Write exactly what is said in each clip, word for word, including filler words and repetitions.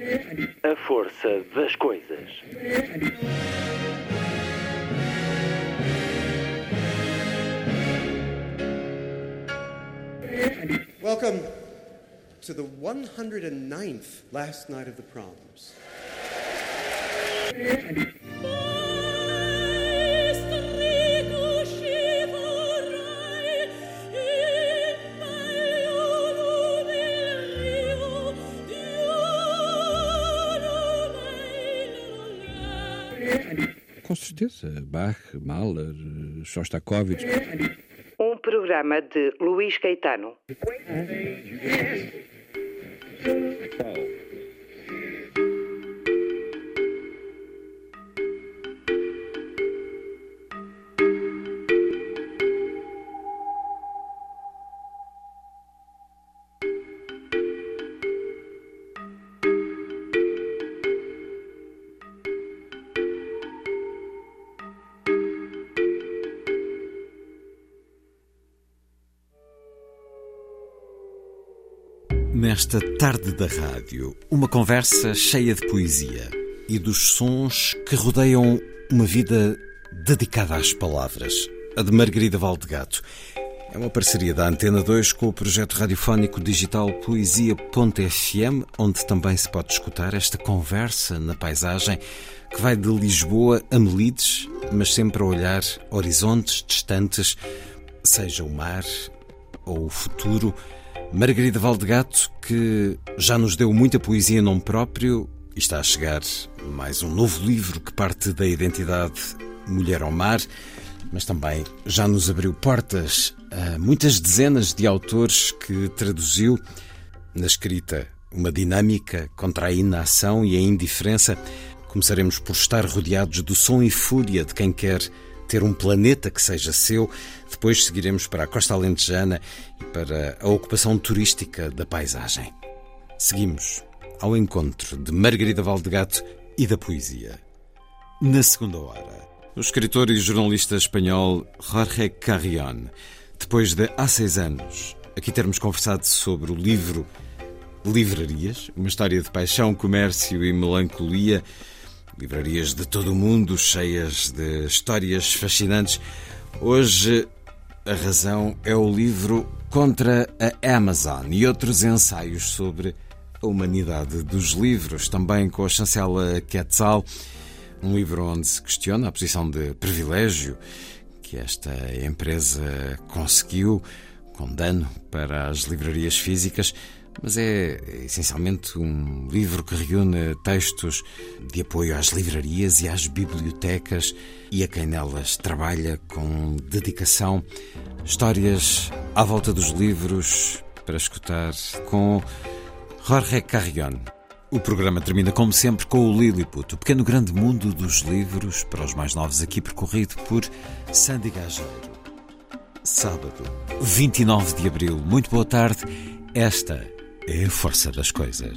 A força das coisas. Welcome to the one hundred ninth last night of the proms. Com certeza, Bach, Mahler, Shostakovich. Um programa de Luís Caetano. Nesta tarde da rádio, uma conversa cheia de poesia e dos sons que rodeiam uma vida dedicada às palavras, a de Margarida Valdegato. É uma parceria da Antena dois com o projeto radiofónico digital Poesia ponto F M, onde também se pode escutar esta conversa na paisagem que vai de Lisboa a Melides, mas sempre a olhar horizontes distantes, seja o mar ou o futuro. Margarida Valdegato, que já nos deu muita poesia em nome próprio, e está a chegar mais um novo livro que parte da identidade Mulher ao Mar, mas também já nos abriu portas a muitas dezenas de autores que traduziu na escrita uma dinâmica contra a inação e a indiferença. Começaremos por estar rodeados do som e fúria de quem quer ter um planeta que seja seu. Depois seguiremos para a Costa Alentejana e para a ocupação turística da paisagem. Seguimos ao encontro de Margarida Valdegato e da poesia. Na segunda hora, o escritor e jornalista espanhol Jorge Carrión. Depois de há seis anos aqui termos conversado sobre o livro Livrarias, uma história de paixão, comércio e melancolia. Livrarias de todo o mundo, cheias de histórias fascinantes. Hoje, a razão é o livro Contra a Amazon e outros ensaios sobre a humanidade dos livros, também com a chancela Quetzal, um livro onde se questiona a posição de privilégio que esta empresa conseguiu, com dano para as livrarias físicas. Mas é essencialmente um livro que reúne textos de apoio às livrarias e às bibliotecas e a quem nelas trabalha com dedicação. Histórias à volta dos livros para escutar com Jorge Carrión. O programa termina, como sempre, com o Lilliput, o pequeno grande mundo dos livros, para os mais novos aqui, percorrido por Sandy Gageiro. Sábado, vinte e nove de abril. Muito boa tarde. Esta é a força das coisas.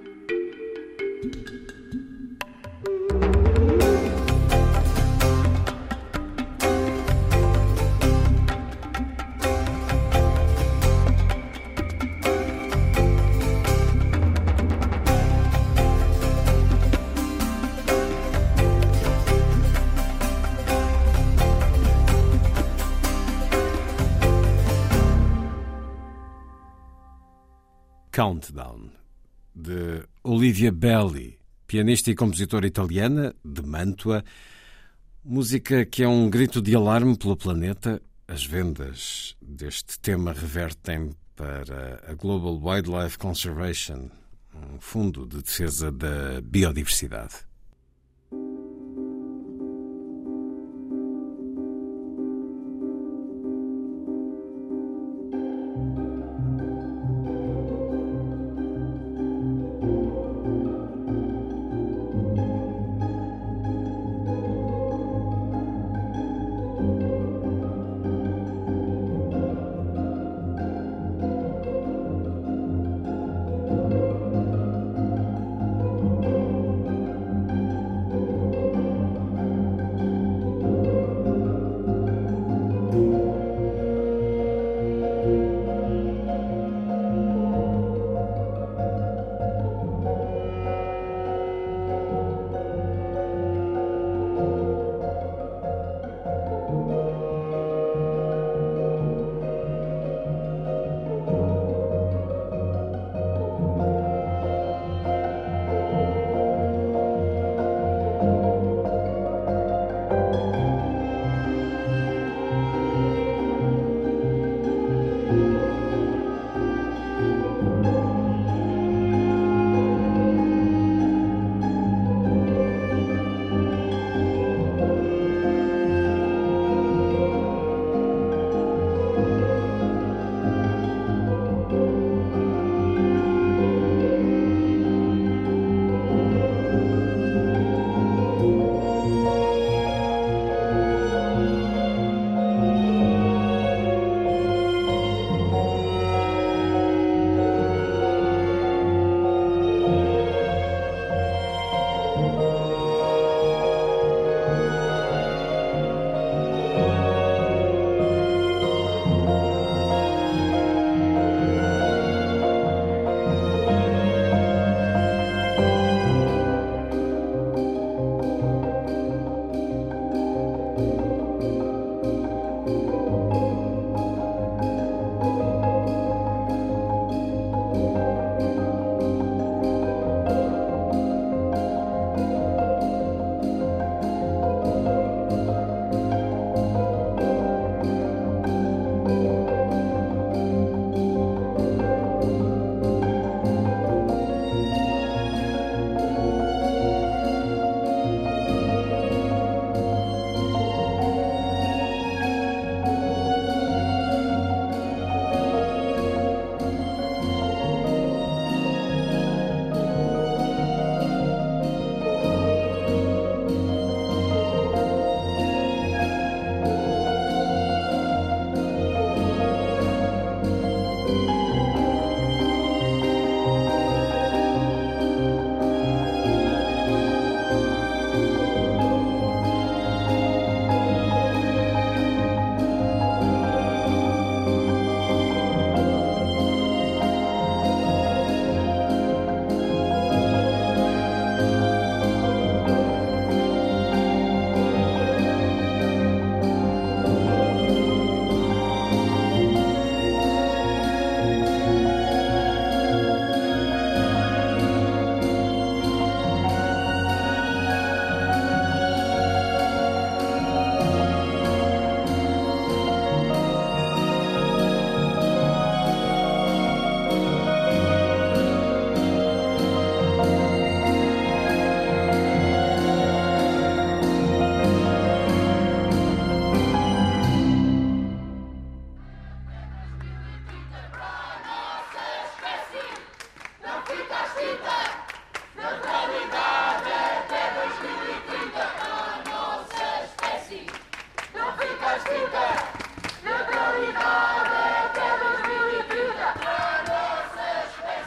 Countdown, de Olivia Belli, pianista e compositora italiana, de Mântua. Música que é um grito de alarme pelo planeta. As vendas deste tema revertem para a Global Wildlife Conservation, um fundo de defesa da biodiversidade.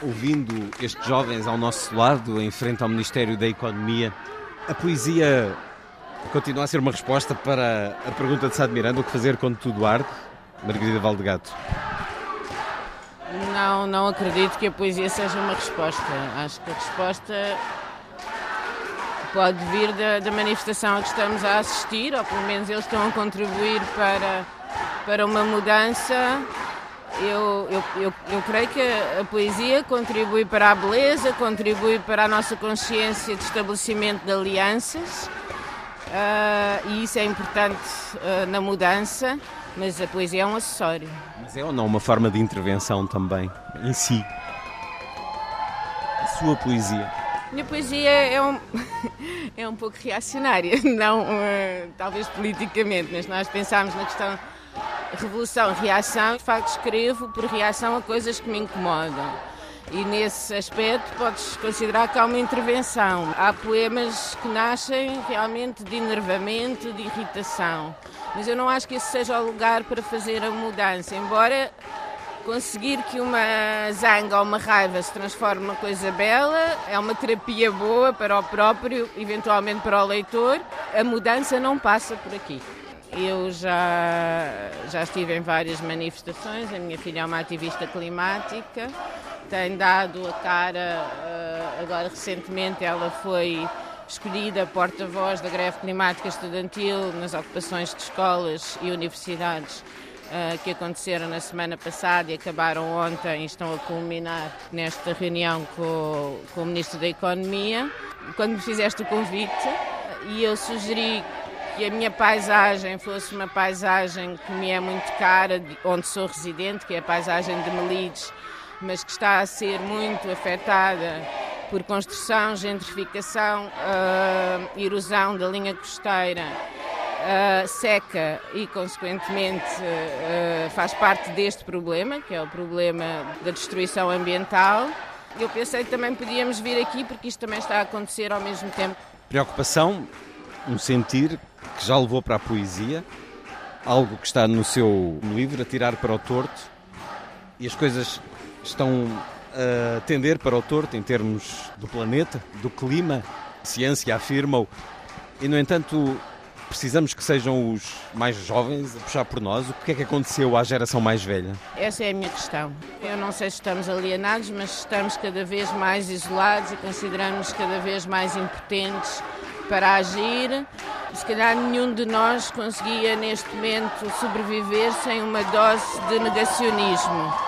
ouvindo estes jovens ao nosso lado, em frente ao Ministério da Economia, a poesia continua a ser uma resposta para a pergunta de Sá de Miranda, o que fazer quando tudo arde? Margarida Valdegato. Não, não acredito que a poesia seja uma resposta. Acho que a resposta pode vir da, da manifestação a que estamos a assistir, ou pelo menos eles estão a contribuir para, para uma mudança. Eu, eu, eu, eu creio que a, a poesia contribui para a beleza, contribui para a nossa consciência de estabelecimento de alianças, uh, e isso é importante uh, na mudança, mas a poesia é um acessório. Mas é ou não uma forma de intervenção também, em si? A sua poesia? A minha poesia é um, é um pouco reacionária, não uh, talvez politicamente, mas nós pensamos na questão revolução, reação. De facto escrevo por reação a coisas que me incomodam e nesse aspecto podes considerar que há uma intervenção. Há poemas que nascem realmente de enervamento, de irritação, mas eu não acho que esse seja o lugar para fazer a mudança, embora conseguir que uma zanga ou uma raiva se transforme numa coisa bela é uma terapia boa para o próprio, eventualmente para o leitor. A mudança não passa por aqui. Eu já, já estive em várias manifestações, a minha filha é uma ativista climática, tem dado a cara, agora recentemente ela foi escolhida porta-voz da greve climática estudantil nas ocupações de escolas e universidades Uh, que aconteceram na semana passada e acabaram ontem e estão a culminar nesta reunião com, com o Ministro da Economia. Quando me fizeste o convite e eu sugeri que a minha paisagem fosse uma paisagem que me é muito cara, onde sou residente, que é a paisagem de Melides, mas que está a ser muito afetada por construção, gentrificação, uh, erosão da linha costeira, Uh, seca e, consequentemente, uh, faz parte deste problema, que é o problema da destruição ambiental. Eu pensei que também podíamos vir aqui porque isto também está a acontecer ao mesmo tempo. Preocupação, um sentir que já levou para a poesia, algo que está no seu livro, a tirar para o torto, e as coisas estão a tender para o torto em termos do planeta, do clima. A ciência afirma-o e, no entanto, precisamos que sejam os mais jovens a puxar por nós. O que é que aconteceu à geração mais velha? Essa é a minha questão. Eu não sei se estamos alienados, mas estamos cada vez mais isolados e consideramos cada vez mais impotentes para agir. Se calhar nenhum de nós conseguia neste momento sobreviver sem uma dose de negacionismo.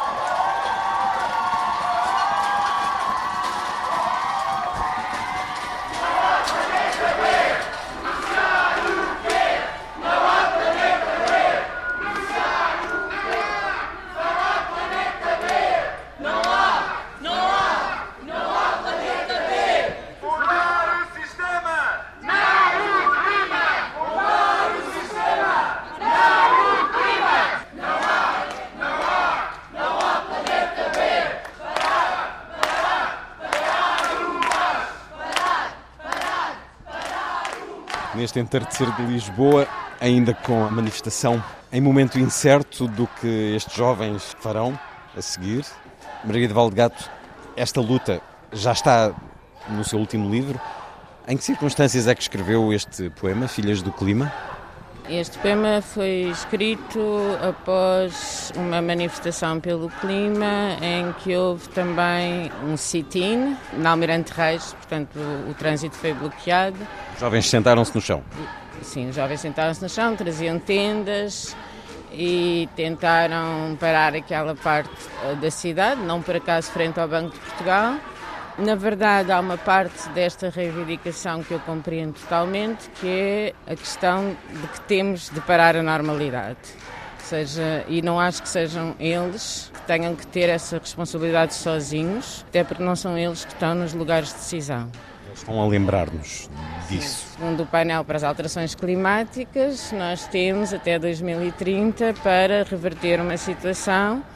Neste entardecer de Lisboa, ainda com a manifestação em momento incerto do que estes jovens farão a seguir. Margarida Valdegato, esta luta já está no seu último livro. Em que circunstâncias é que escreveu este poema, Filhas do Clima? Este poema foi escrito após uma manifestação pelo clima em que houve também um sit-in na Almirante Reis, portanto o, o trânsito foi bloqueado. Os jovens sentaram-se no chão? Sim, os jovens sentaram-se no chão, traziam tendas e tentaram parar aquela parte da cidade, não por acaso frente ao Banco de Portugal. Na verdade, há uma parte desta reivindicação que eu compreendo totalmente, que é a questão de que temos de parar a normalidade. Ou seja, e não acho que sejam eles que tenham que ter essa responsabilidade sozinhos, até porque não são eles que estão nos lugares de decisão. Eles estão a lembrar-nos disso. Segundo o painel para as alterações climáticas, nós temos até dois mil e trinta para reverter uma situação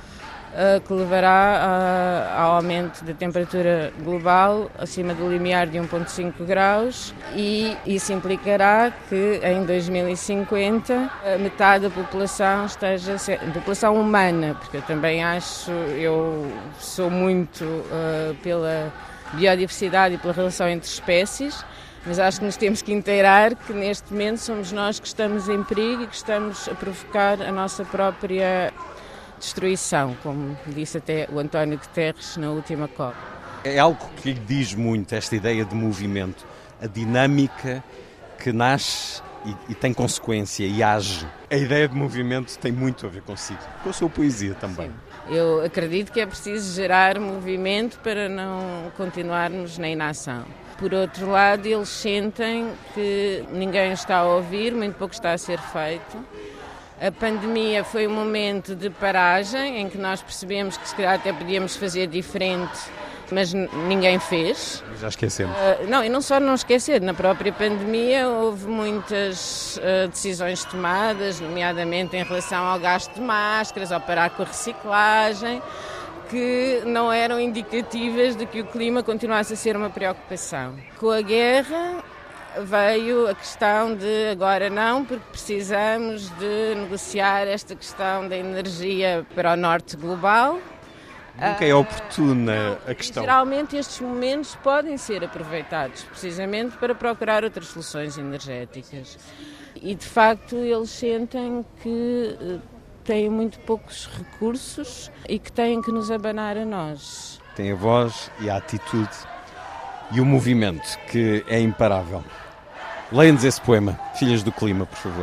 que levará ao aumento da temperatura global acima do limiar de um vírgula cinco graus, e isso implicará que em dois mil e cinquenta metade da população esteja, população humana, porque eu também acho, eu sou muito uh, pela biodiversidade e pela relação entre espécies, mas acho que nos temos que inteirar que neste momento somos nós que estamos em perigo e que estamos a provocar a nossa própria destruição, como disse até o António Guterres na última COP. É algo que lhe diz muito, esta ideia de movimento, a dinâmica que nasce e, e tem consequência e age. A ideia de movimento tem muito a ver consigo, com a sua poesia também. Sim. Eu acredito que é preciso gerar movimento para não continuarmos na inação. Por outro lado, eles sentem que ninguém está a ouvir, muito pouco está a ser feito. A pandemia foi um momento de paragem em que nós percebemos que se calhar até podíamos fazer diferente, mas n- ninguém fez. Já esquecemos. Uh, não, e não só não esquecer, na própria pandemia houve muitas uh, decisões tomadas, nomeadamente em relação ao gasto de máscaras, ao parar com a reciclagem, que não eram indicativas de que o clima continuasse a ser uma preocupação. Com a guerra veio a questão de agora não, porque precisamos de negociar esta questão da energia para o norte global. Nunca é oportuna a questão. Geralmente estes momentos podem ser aproveitados precisamente para procurar outras soluções energéticas. E de facto eles sentem que têm muito poucos recursos e que têm que nos abanar a nós. Tem a voz e a atitude e o movimento, que é imparável. Leia-nos esse poema, Filhas do Clima, por favor.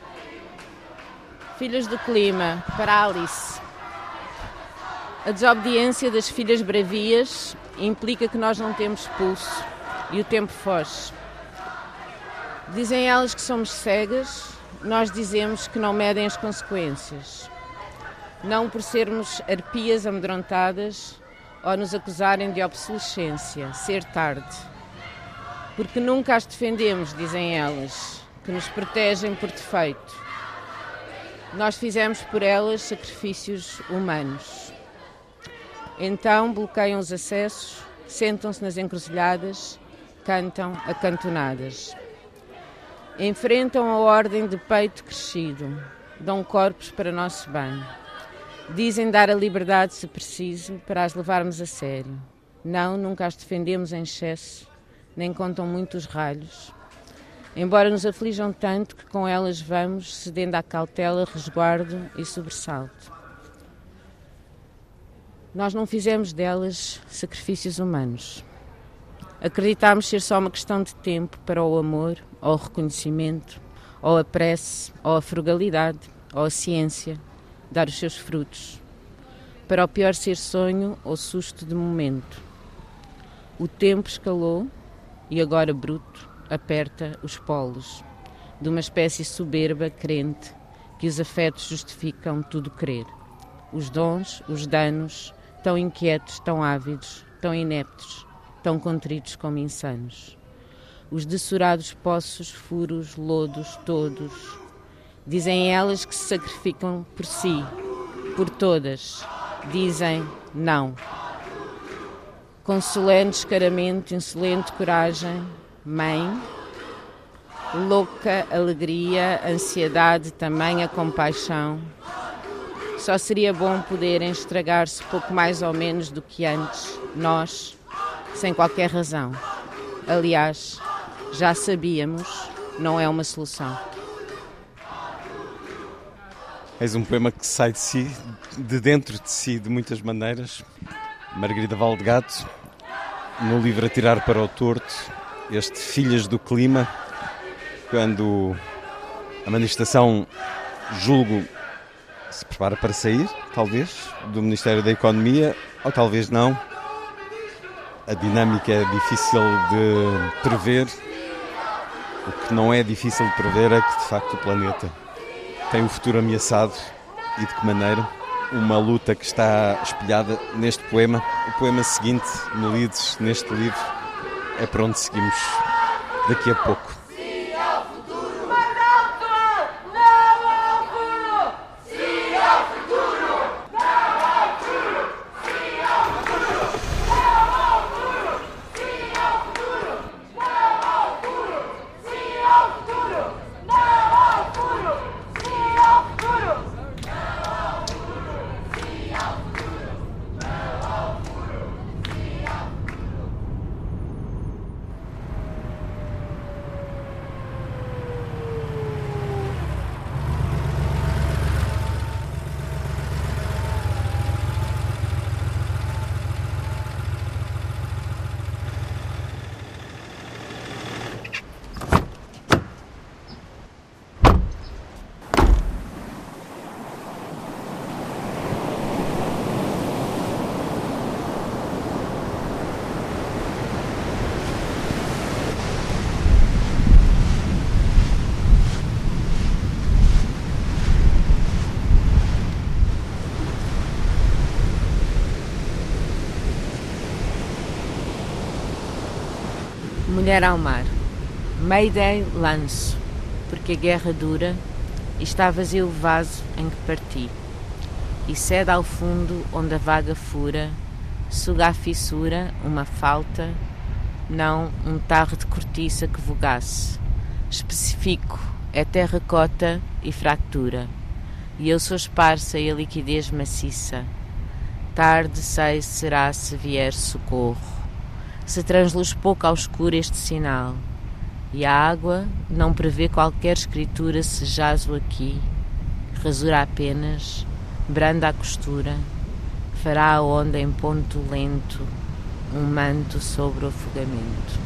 Filhas do Clima, para Alice. A desobediência das filhas bravias implica que nós não temos pulso e o tempo foge. Dizem elas que somos cegas, nós dizemos que não medem as consequências. Não por sermos arpias amedrontadas ou nos acusarem de obsolescência, ser tarde. Porque nunca as defendemos, dizem elas, que nos protegem por defeito. Nós fizemos por elas sacrifícios humanos. Então bloqueiam os acessos, sentam-se nas encruzilhadas, cantam acantonadas. Enfrentam a ordem de peito crescido, dão corpos para nosso bem. Dizem dar a liberdade, se preciso, para as levarmos a sério. Não, nunca as defendemos em excesso, nem contam muitos ralhos. Embora nos aflijam tanto que com elas vamos, cedendo à cautela, resguardo e sobressalto. Nós não fizemos delas sacrifícios humanos. Acreditámos ser só uma questão de tempo para o amor, ou o reconhecimento, ou a prece, ou a frugalidade, ou a ciência, dar os seus frutos. Para o pior ser sonho ou susto de momento. O tempo escalou e agora bruto aperta os polos de uma espécie soberba crente que os afetos justificam tudo querer. Os dons, os danos, tão inquietos, tão ávidos, tão ineptos, tão contritos como insanos. Os dessorados poços, furos, lodos, todos. Dizem elas que se sacrificam por si, por todas. Dizem não. Com solene descaramento, insolente coragem, mãe, louca alegria, ansiedade, tamanha compaixão. Só seria bom poderem estragar-se pouco mais ou menos do que antes, nós, sem qualquer razão. Aliás, já sabíamos, não é uma solução. És um poema que sai de si, de dentro de si, de muitas maneiras. Margarida Valdegato, no livro A Tirar para o Torto, este Filhas do Clima, quando a manifestação, julgo, se prepara para sair, talvez, do Ministério da Economia, ou talvez não. A dinâmica é difícil de prever. O que não é difícil de prever é que, de facto, o planeta tem o futuro ameaçado. E de que maneira? Uma luta que está espelhada neste poema. O poema seguinte, no Lides, neste livro, é para onde seguimos daqui a pouco. Sim ao futuro! Não ao futuro! Não ao futuro! Mulher ao mar. Mayday lanço, porque a guerra dura e está vazio o vaso em que parti. E cede ao fundo onde a vaga fura, suga a fissura, uma falta, não um tarro de cortiça que vogasse. Especifico, é terracota e fractura. E eu sou esparsa e a liquidez maciça. Tarde sei será se vier socorro. Se transluz pouco ao escuro este sinal. E a água não prevê qualquer escritura se jazo aqui. Rasura apenas, branda a costura, fará a onda em ponto lento, um manto sobre o afogamento.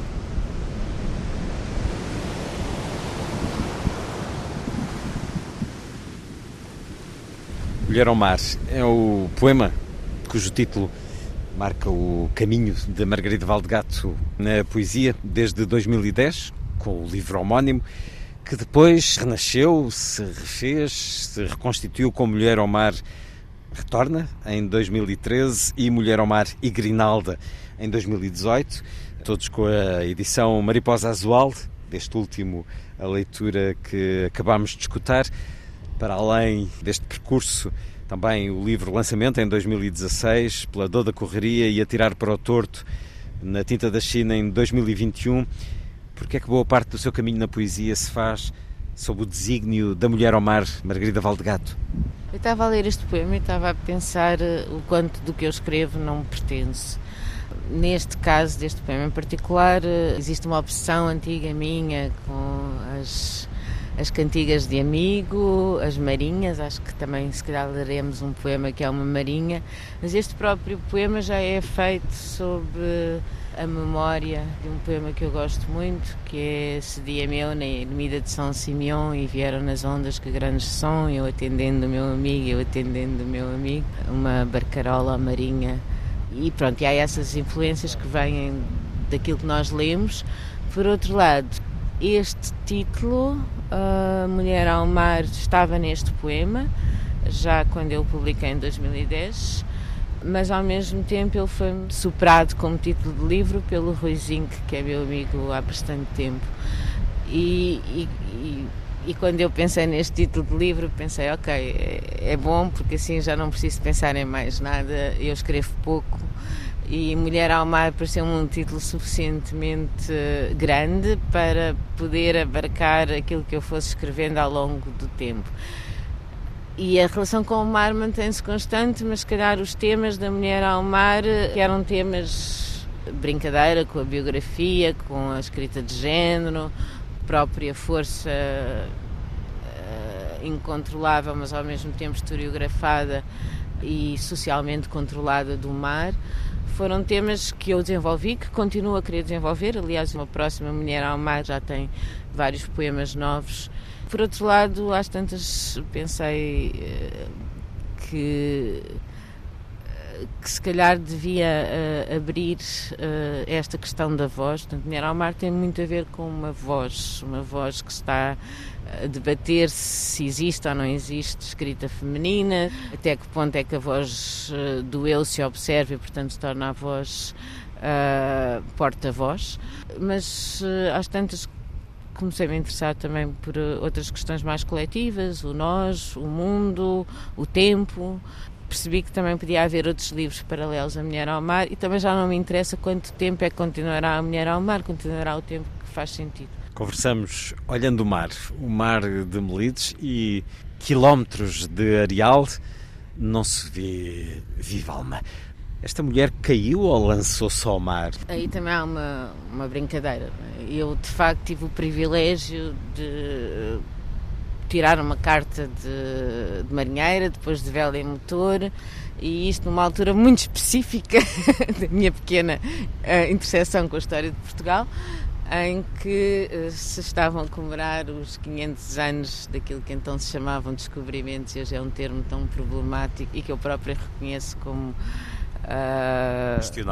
Mulher ao Mar é o poema cujo título marca o caminho de Margarida Valdegato na poesia desde dois mil e dez, com o livro homónimo, que depois renasceu, se refez, se reconstituiu com Mulher ao Mar Retorna, em dois mil e treze, e Mulher ao Mar e Grinalda, em dois mil e dezoito, todos com a edição Mariposa Azual, deste último a leitura que acabámos de escutar. Para além deste percurso, também o livro lançamento em dois mil e dezasseis, Pela Dor da Correria e Atirar para o Torto, na Tinta da China em dois mil e vinte e um. Porque é que boa parte do seu caminho na poesia se faz sob o desígnio da Mulher ao Mar, Margarida Valdegato? Eu estava a ler este poema e estava a pensar o quanto do que eu escrevo não me pertence. Neste caso deste poema em particular, existe uma obsessão antiga minha com as... as cantigas de amigo, as marinhas, acho que também se calhar leremos um poema que é uma marinha, mas este próprio poema já é feito sobre a memória de um poema que eu gosto muito, que é Esse dia meu na ermida de São Simeão e vieram nas ondas que grandes são, eu atendendo o meu amigo, eu atendendo o meu amigo, uma barcarola marinha. E pronto, e há essas influências que vêm daquilo que nós lemos. Por outro lado, este título, uh, Mulher ao Mar, estava neste poema, já quando eu publiquei em dois mil e dez, mas ao mesmo tempo ele foi superado como título de livro pelo Rui Zinck, que é meu amigo há bastante tempo. E, e, e, e quando eu pensei neste título de livro, pensei, ok, é, é bom, porque assim já não preciso pensar em mais nada, eu escrevo pouco. E Mulher ao Mar pareceu-me um título suficientemente grande para poder abarcar aquilo que eu fosse escrevendo ao longo do tempo. E a relação com o mar mantém-se constante, mas se calhar os temas da Mulher ao Mar, que eram temas brincadeira com a biografia, com a escrita de género, própria força uh, incontrolável, mas ao mesmo tempo historiografada e socialmente controlada do mar, foram temas que eu desenvolvi, que continuo a querer desenvolver. Aliás, uma próxima Mulher ao Mar já tem vários poemas novos. Por outro lado, às tantas pensei uh, que, uh, que se calhar devia uh, abrir uh, esta questão da voz. Portanto, Mulher ao Mar tem muito a ver com uma voz, uma voz que está a debater se existe ou não existe escrita feminina, até que ponto é que a voz uh, do eu se observa e, portanto, se torna a voz uh, porta-voz. Mas uh, às tantas comecei-me a interessar também por outras questões mais coletivas, o nós, o mundo, o tempo. Percebi que também podia haver outros livros paralelos à Mulher ao Mar e também já não me interessa quanto tempo é que continuará a Mulher ao Mar, continuará o tempo que faz sentido. Conversamos olhando o mar, o mar de Melides, e quilómetros de areal, não se vê viva alma. Esta mulher caiu ou lançou-se ao mar? Aí também há uma, uma brincadeira. Eu, de facto, tive o privilégio de tirar uma carta de, de marinheira, depois de vela e motor, e isto numa altura muito específica da minha pequena uh, interseção com a história de Portugal, em que uh, se estavam a comemorar os quinhentos anos daquilo que então se chamavam descobrimentos, e hoje é um termo tão problemático e que eu própria reconheço como... Uh, questionável.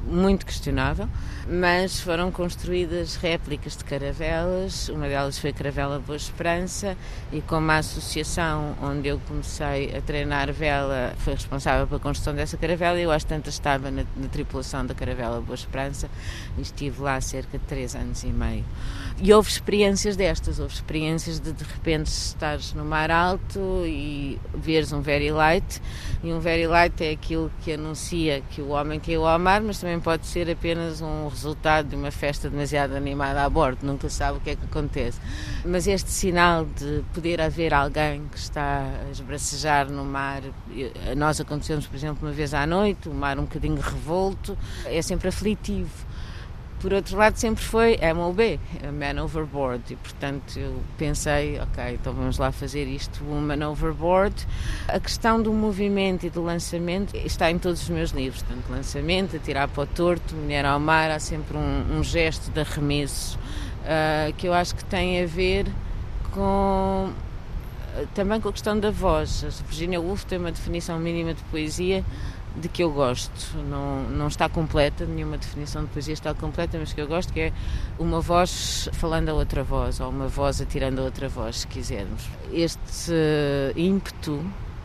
muito questionável, mas foram construídas réplicas de caravelas, uma delas foi a Caravela Boa Esperança, e como a associação onde eu comecei a treinar vela foi responsável pela construção dessa caravela, eu às tantas estava na, na tripulação da Caravela Boa Esperança e estive lá cerca de três anos e meio. E houve experiências destas, houve experiências de de repente estares no mar alto e veres um very light, e um very light é aquilo que anuncia que o homem caiu ao mar, mas também pode ser apenas um resultado de uma festa demasiado animada a bordo, nunca sabe o que é que acontece. Mas este sinal de poder haver alguém que está a esbracejar no mar, nós acontecemos, por exemplo, uma vez à noite, o mar um bocadinho revolto, é sempre aflitivo. Por outro lado, sempre foi M O B, Man Overboard, e portanto eu pensei, ok, então vamos lá fazer isto, Woman Overboard. A questão do movimento e do lançamento está em todos os meus livros, tanto lançamento, atirar para o torto, Mulher ao Mar, há sempre um, um gesto de arremesso uh, que eu acho que tem a ver com, também com a questão da voz. A Virginia Woolf tem uma definição mínima de poesia de que eu gosto, não, não está completa, nenhuma definição de poesia está completa, mas que eu gosto, que é uma voz falando a outra voz, ou uma voz atirando a outra voz, se quisermos. Este uh, ímpeto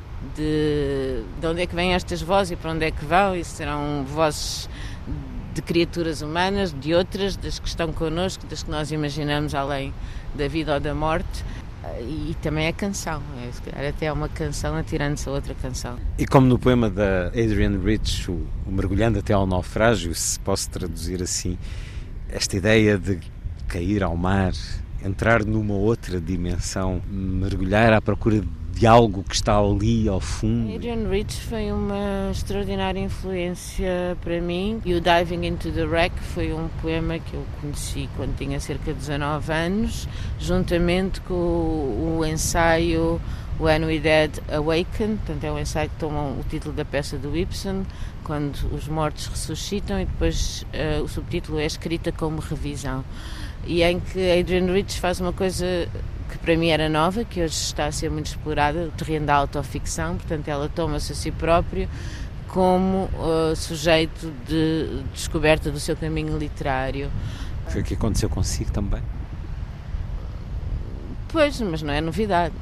de, de onde é que vêm estas vozes e para onde é que vão, e serão vozes de criaturas humanas, de outras, das que estão connosco, das que nós imaginamos além da vida ou da morte. E também é canção, é, se calhar até é uma canção atirando-se a outra canção. E como no poema da Adrienne Rich, o, o Mergulhando até ao Naufrágio, se posso traduzir assim, esta ideia de cair ao mar, entrar numa outra dimensão, mergulhar à procura de algo que está ali ao fundo. Adrienne Rich foi uma extraordinária influência para mim, e o Diving into the Wreck foi um poema que eu conheci quando tinha cerca de dezanove anos, juntamente com o, o ensaio When We Dead Awaken, portanto é um ensaio que toma o título da peça do Ibsen, quando os mortos ressuscitam, e depois uh, o subtítulo é Escrita como Revisão, e em que Adrienne Rich faz uma coisa que para mim era nova, que hoje está a ser muito explorada, o terreno da autoficção. Portanto ela toma-se a si próprio como uh, sujeito de descoberta do seu caminho literário. Foi o que aconteceu consigo também? Pois, mas não é novidade.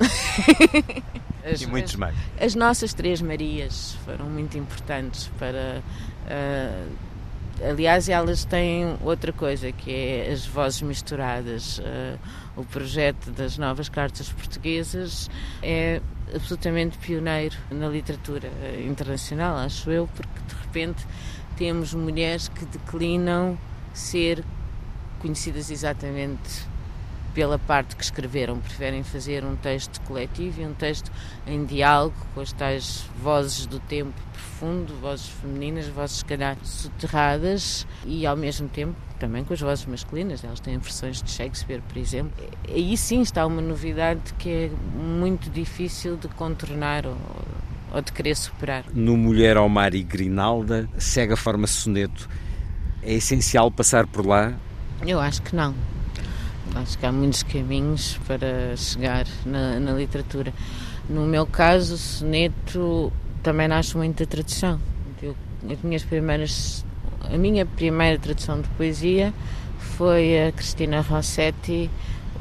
As, e muitos mais. As, as nossas Três Marias foram muito importantes para... Uh, aliás, elas têm outra coisa, que é as vozes misturadas. Uh, o projeto das Novas Cartas Portuguesas é absolutamente pioneiro na literatura internacional, acho eu, porque de repente temos mulheres que declinam ser conhecidas exatamente pela parte que escreveram, preferem fazer um texto coletivo e um texto em diálogo com as tais vozes do tempo profundo, vozes femininas, vozes se calhar soterradas, e ao mesmo tempo também com as vozes masculinas. Elas têm versões de Shakespeare, por exemplo. Aí sim está uma novidade que é muito difícil de contornar ou, ou de querer superar. No Mulher ao Mar e Grinalda, segue a forma soneto. É essencial passar por lá? Eu acho que não. Acho que há muitos caminhos para chegar na, na literatura. No meu caso, o soneto também nasce muito da tradução. Eu, as minhas primeiras, a minha primeira tradução de poesia foi a Cristina Rossetti,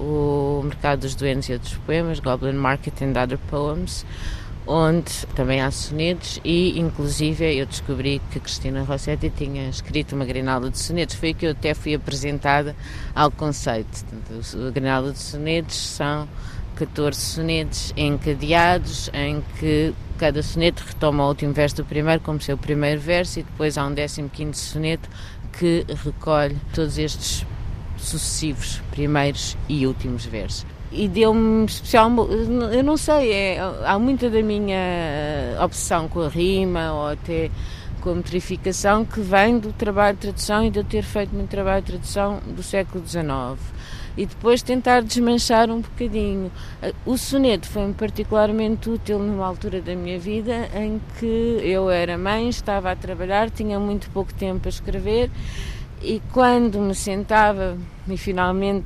O Mercado dos Duendes e Outros Poemas, Goblin Market and Other Poems, onde também há sonetos, e inclusive eu descobri que a Cristina Rossetti tinha escrito uma grinalda de sonetos. Foi que eu até fui apresentada ao conceito. A grinalda de sonetos são catorze sonetos encadeados, em que cada soneto retoma o último verso do primeiro como seu primeiro verso, e depois há um décimo quinto soneto que recolhe todos estes sucessivos primeiros e últimos versos. E deu-me especial, eu não sei, é, há muita da minha obsessão com a rima ou até com a metrificação que vem do trabalho de tradução e de eu ter feito muito trabalho de tradução do século dezenove. E depois tentar desmanchar um bocadinho. O soneto foi-me particularmente útil numa altura da minha vida em que eu era mãe, estava a trabalhar, tinha muito pouco tempo a escrever, e quando me sentava e finalmente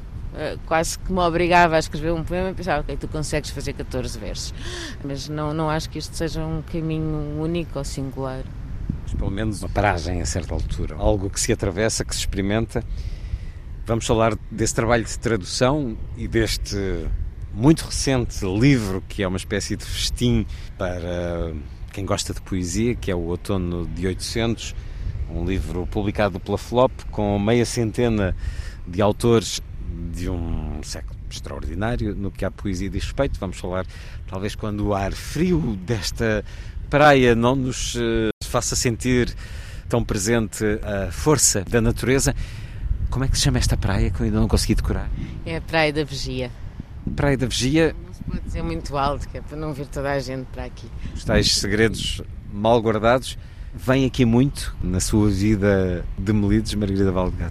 quase que me obrigava a escrever um poema, pensava, ok, tu consegues fazer catorze versos, mas não, não acho que isto seja um caminho único ou singular. Mas pelo menos uma paragem a certa altura, algo que se atravessa, que se experimenta. Vamos falar desse trabalho de tradução e deste muito recente livro, que é uma espécie de festim para quem gosta de poesia, que é o Outono de oitocentos, um livro publicado pela Flop, com meia centena de autores de um século extraordinário no que a poesia diz respeito. Vamos falar, talvez, quando o ar frio desta praia não nos uh, faça sentir tão presente a força da natureza. Como é que se chama esta praia que eu ainda não consegui decorar? É a Praia da Vigia. Praia da Vigia. Não se pode dizer muito alto, que é para não vir toda a gente para aqui. Os tais segredos mal guardados. Vem aqui muito na sua vida de Melides, Margarida Valdegato?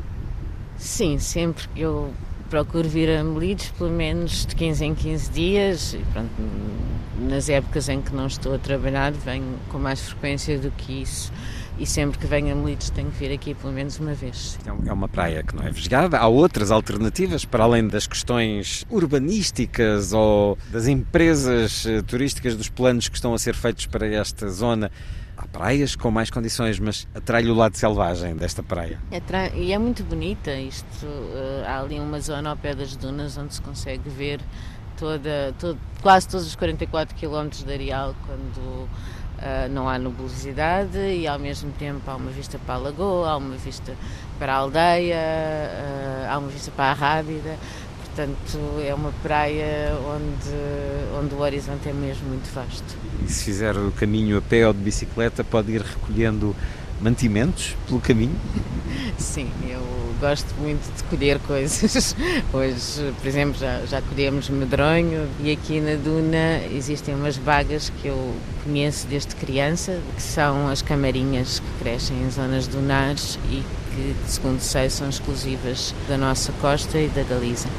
Sim, sempre que eu procuro vir a Melides, pelo menos de quinze em quinze dias, e pronto, nas épocas em que não estou a trabalhar venho com mais frequência do que isso, e sempre que venho a Melides tenho que vir aqui pelo menos uma vez. É uma praia que não é vesgada, há outras alternativas, para além das questões urbanísticas ou das empresas turísticas, dos planos que estão a ser feitos para esta zona. Há praias com mais condições, mas atrai-lhe o lado selvagem desta praia. É tra... E é muito bonita isto. Uh, há ali uma zona ao pé das dunas onde se consegue ver toda, todo, quase todos os quarenta e quatro quilómetros de areal quando uh, não há nubosidade, e ao mesmo tempo há uma vista para a lagoa, há uma vista para a aldeia, uh, há uma vista para a Rábida. Portanto, é uma praia onde, onde o horizonte é mesmo muito vasto. E se fizer o caminho a pé ou de bicicleta, pode ir recolhendo mantimentos pelo caminho? Sim, eu gosto muito de colher coisas. Hoje, por exemplo, já, já colhemos medronho, e aqui na duna existem umas bagas que eu conheço desde criança, que são as camarinhas que crescem em zonas dunares e que, segundo sei, são exclusivas da nossa costa e da Galiza.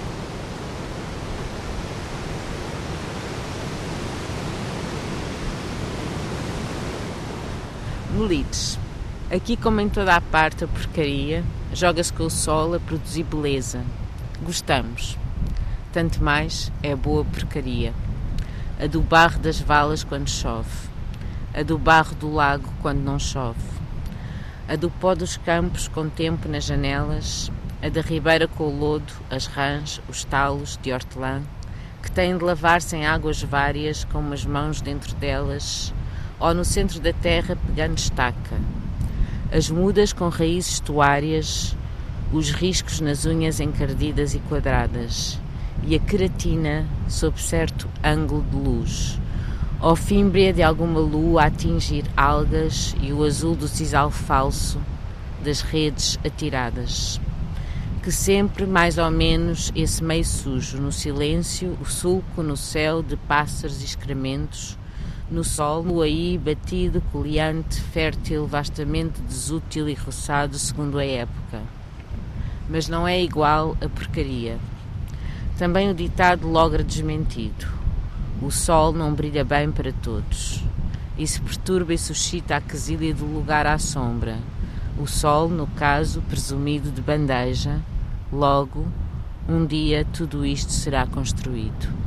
Melides. Aqui, como em toda a parte, a porcaria joga-se com o sol a produzir beleza. Gostamos. Tanto mais é boa porcaria. A do barro das valas quando chove. A do barro do lago quando não chove. A do pó dos campos com tempo nas janelas. A da ribeira com o lodo, as rãs, os talos de hortelã, que têm de lavar-se em águas várias com umas mãos dentro delas, ou no centro da terra pegando estaca. As mudas com raízes estuárias, os riscos nas unhas encardidas e quadradas, e a queratina sob certo ângulo de luz, ou fímbria de alguma lua a atingir algas e o azul do sisal falso das redes atiradas. Que sempre, mais ou menos, esse meio sujo, no silêncio, o sulco no céu de pássaros e excrementos, no sol, no aí, batido, coleante, fértil, vastamente desútil e roçado segundo a época. Mas não é igual a porcaria. Também o ditado logra desmentido. O sol não brilha bem para todos. E se perturba e suscita a quesilha do lugar à sombra. O sol, no caso, presumido de bandeja. Logo, um dia tudo isto será construído.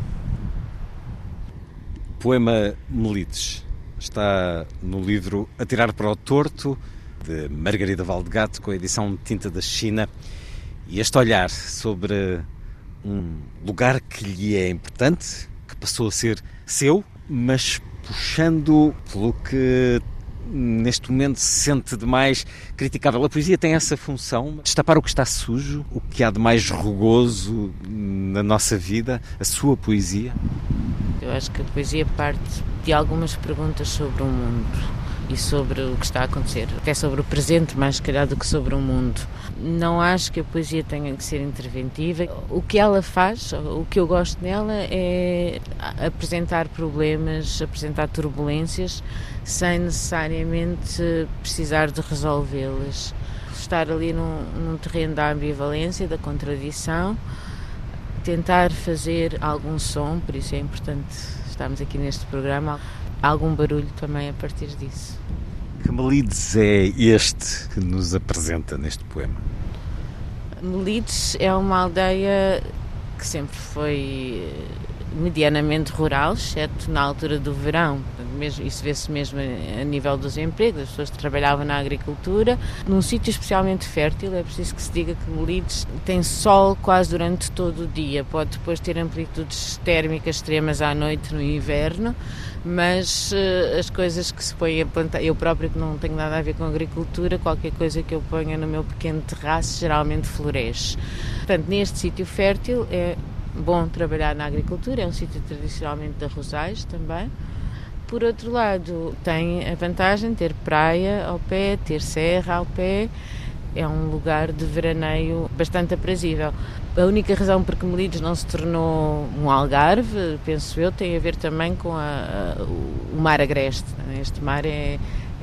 Poema Melides está no livro Atirar para o Torto, de Margarida Valdegato, com a edição Tinta da China. E este olhar sobre um lugar que lhe é importante, que passou a ser seu, mas puxando pelo que neste momento se sente de mais criticável. A poesia tem essa função, destapar o que está sujo, o que há de mais rugoso na nossa vida, a sua poesia. Eu acho que a poesia parte de algumas perguntas sobre o mundo e sobre o que está a acontecer, até sobre o presente mais se calhar do que sobre o mundo. Não acho que a poesia tenha que ser interventiva. O que ela faz, o que eu gosto nela é apresentar problemas, apresentar turbulências sem necessariamente precisar de resolvê-las. Estar ali num, num terreno da ambivalência, da contradição, tentar fazer algum som, por isso é importante estarmos aqui neste programa, algum barulho também a partir disso. Que Melides é este que nos apresenta neste poema? Melides é uma aldeia que sempre foi medianamente rural, exceto na altura do verão. mesmo, isso vê-se mesmo a nível dos empregos, as pessoas que trabalhavam na agricultura, num sítio especialmente fértil. É preciso que se diga que Melides tem sol quase durante todo o dia, pode depois ter amplitudes térmicas extremas à noite no inverno, mas uh, as coisas que se põem a plantar, eu própria que não tenho nada a ver com agricultura, qualquer coisa que eu ponha no meu pequeno terraço geralmente floresce. Portanto, neste sítio fértil é bom trabalhar na agricultura, é um sítio tradicionalmente de arrozais também. Por outro lado, tem a vantagem de ter praia ao pé, ter serra ao pé, é um lugar de veraneio bastante aprazível. A única razão por que Melides não se tornou um Algarve, penso eu, tem a ver também com a, a, o mar agreste. Este mar é,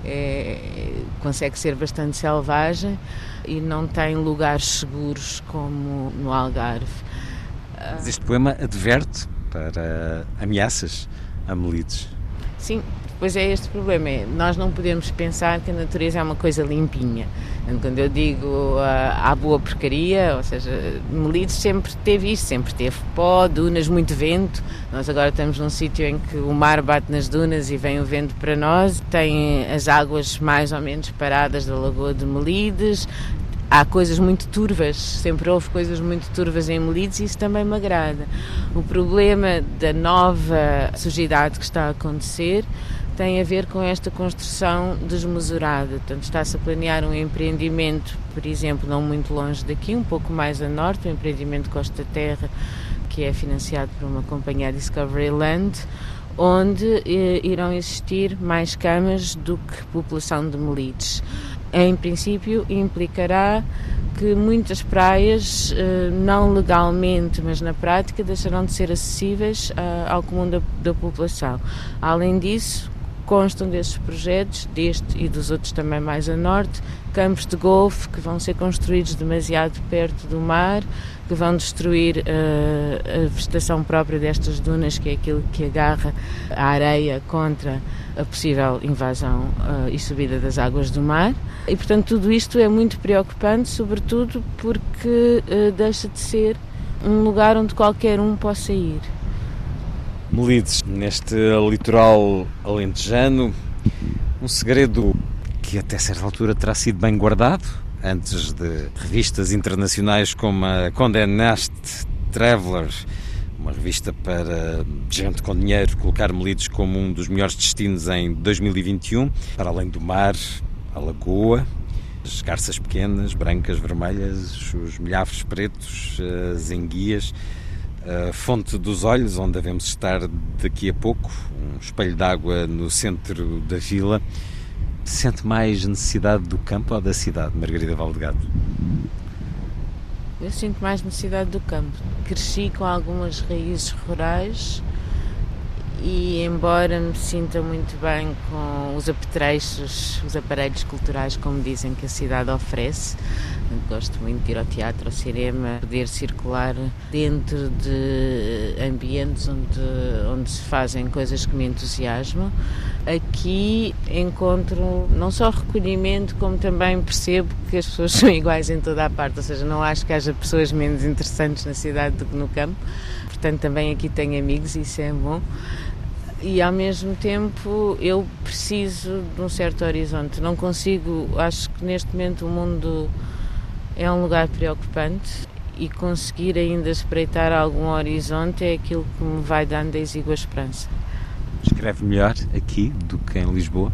é, consegue ser bastante selvagem e não tem lugares seguros como no Algarve. Mas este poema adverte para ameaças a Melides. Sim, pois é este problema, é, nós não podemos pensar que a natureza é uma coisa limpinha. Quando eu digo uh, há boa porcaria, ou seja, Melides sempre teve isto, sempre teve pó, dunas, muito vento. Nós agora estamos num sítio em que o mar bate nas dunas e vem o vento para nós, tem as águas mais ou menos paradas da Lagoa de Melides. Há coisas muito turvas, sempre houve coisas muito turvas em Melides e isso também me agrada. O problema da nova sujidade que está a acontecer tem a ver com esta construção desmesurada. Portanto, está-se a planear um empreendimento, por exemplo, não muito longe daqui, um pouco mais a norte, um empreendimento Costa Terra, que é financiado por uma companhia Discovery Land, onde eh, irão existir mais camas do que população de Melides. Em princípio, implicará que muitas praias, não legalmente, mas na prática, deixarão de ser acessíveis ao comum da, da população. Além disso, constam desses projetos, deste e dos outros também mais a norte, campos de golfe que vão ser construídos demasiado perto do mar, que vão destruir uh, a vegetação própria destas dunas, que é aquilo que agarra a areia contra a possível invasão uh, e subida das águas do mar. E, portanto, tudo isto é muito preocupante, sobretudo porque uh, deixa de ser um lugar onde qualquer um possa ir. Melides, neste litoral alentejano, um segredo que até certa altura terá sido bem guardado, antes de revistas internacionais como a Condé Nast Traveler, uma revista para gente com dinheiro, colocar Melides como um dos melhores destinos em dois mil e vinte e um, para além do mar, a lagoa, as garças pequenas, brancas, vermelhas, os milhavres pretos, as enguias, a Fonte dos Olhos, onde devemos estar daqui a pouco, um espelho de água no centro da vila. Sente mais necessidade do campo ou da cidade, Margarida Valdegato? Eu sinto mais necessidade do campo. Cresci com algumas raízes rurais e, embora me sinta muito bem com os apetrechos, os aparelhos culturais, como dizem, que a cidade oferece, gosto muito de ir ao teatro, ao cinema, poder circular dentro de ambientes onde, onde se fazem coisas que me entusiasmam. Aqui encontro não só recolhimento, como também percebo que as pessoas são iguais em toda a parte, ou seja, não acho que haja pessoas menos interessantes na cidade do que no campo. Portanto, também aqui tenho amigos e isso é bom. E, ao mesmo tempo, eu preciso de um certo horizonte. Não consigo, acho que neste momento o mundo é um lugar preocupante e conseguir ainda espreitar algum horizonte é aquilo que me vai dando a exígua esperança. Escreve melhor aqui do que em Lisboa?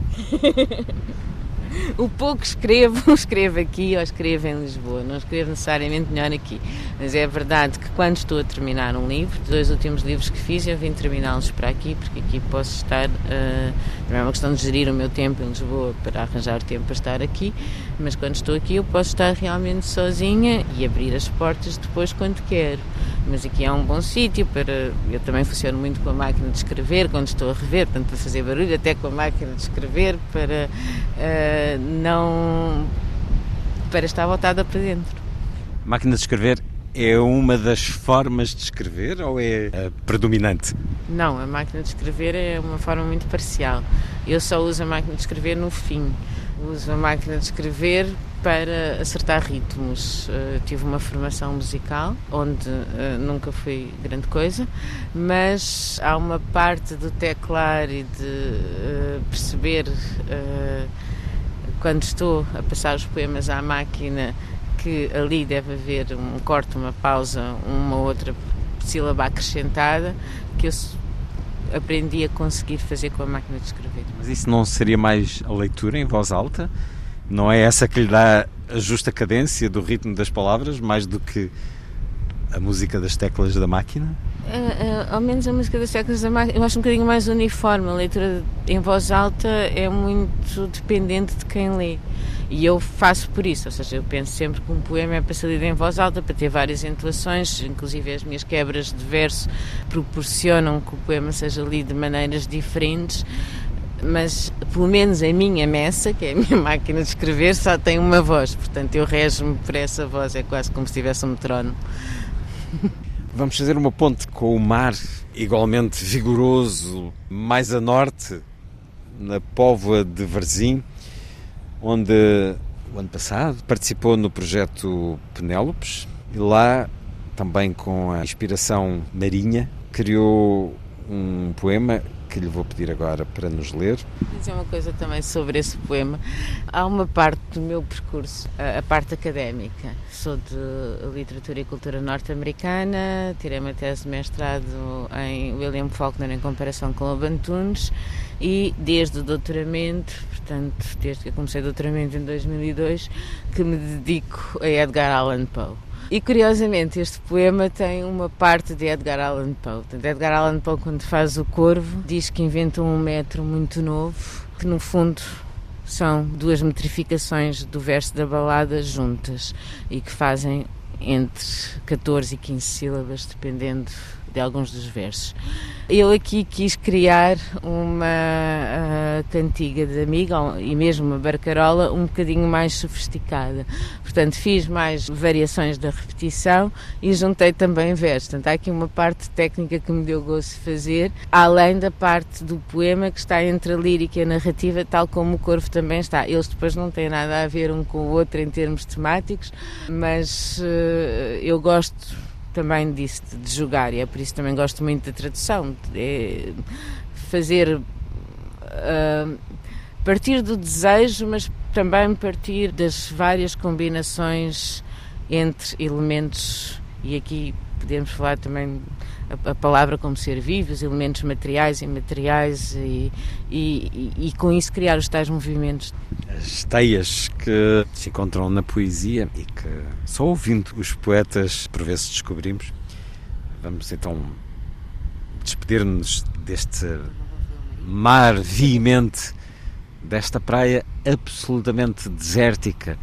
O pouco escrevo, escrevo aqui ou escrevo em Lisboa, não escrevo necessariamente melhor aqui. Mas é verdade que quando estou a terminar um livro, os dois últimos livros que fiz, eu vim terminá-los para aqui, porque aqui posso estar, uh, não é uma questão de gerir o meu tempo em Lisboa para arranjar tempo para estar aqui, mas quando estou aqui eu posso estar realmente sozinha e abrir as portas depois quando quero. Mas aqui é um bom sítio para... Eu também funciono muito com a máquina de escrever, quando estou a rever, portanto para fazer barulho, até com a máquina de escrever, para uh, não... para estar voltada para dentro. A máquina de escrever é uma das formas de escrever ou é a predominante? Não, a máquina de escrever é uma forma muito parcial. Eu só uso a máquina de escrever no fim. Uso a máquina de escrever para acertar ritmos. Uh, tive uma formação musical, onde uh, nunca foi grande coisa, mas há uma parte do teclar e de uh, perceber, uh, quando estou a passar os poemas à máquina, que ali deve haver um corte, uma pausa, uma outra sílaba acrescentada, que eu aprendi a conseguir fazer com a máquina de escrever. Mas isso não seria mais a leitura em voz alta? Não é essa que lhe dá a justa cadência do ritmo das palavras, mais do que a música das teclas da máquina? Uh, uh, ao menos a música das teclas da máquina eu acho um bocadinho mais uniforme. A leitura em voz alta é muito dependente de quem lê. E eu faço por isso, ou seja, eu penso sempre que um poema é para ser lido em voz alta, para ter várias entoações, inclusive as minhas quebras de verso proporcionam que o poema seja lido de maneiras diferentes, mas pelo menos a minha Messa, que é a minha máquina de escrever, só tem uma voz, portanto eu rego-me por essa voz, é quase como se tivesse um metrónomo. Vamos fazer uma ponte com o mar, igualmente vigoroso, mais a norte, na Póvoa de Varzim, onde o ano passado participou no projeto Penélopes e lá, também com a inspiração marinha, criou um poema que lhe vou pedir agora para nos ler. Vou dizer uma coisa também sobre esse poema. Há uma parte do meu percurso, a parte académica. Sou de literatura e cultura norte-americana, tirei uma tese de mestrado em William Faulkner em comparação com Lobo Antunes e desde o doutoramento, portanto, desde que eu comecei o doutoramento em dois mil e dois, que me dedico a Edgar Allan Poe. E curiosamente este poema tem uma parte de Edgar Allan Poe. Portanto, Edgar Allan Poe, quando faz o Corvo, diz que inventou um metro muito novo, que no fundo são duas metrificações do verso da balada juntas e que fazem entre catorze e quinze sílabas, dependendo de alguns dos versos. Eu aqui quis criar uma uh, cantiga de amiga e mesmo uma barcarola um bocadinho mais sofisticada. Portanto, fiz mais variações da repetição e juntei também versos. Portanto, há aqui uma parte técnica que me deu gosto de fazer, além da parte do poema que está entre a lírica e a narrativa, tal como o Corvo também está. Eles depois não têm nada a ver um com o outro em termos temáticos, mas uh, eu gosto também disso, de jogar, e é por isso que também gosto muito da tradução, é fazer uh, partir do desejo, mas também partir das várias combinações entre elementos, e aqui podemos falar também a, a palavra como ser vivo, os elementos materiais e imateriais, e, e, e, e com isso criar os tais movimentos. As teias que se encontram na poesia e que só ouvindo os poetas por vezes descobrimos. Vamos então despedir-nos deste mar veemente, desta praia absolutamente desértica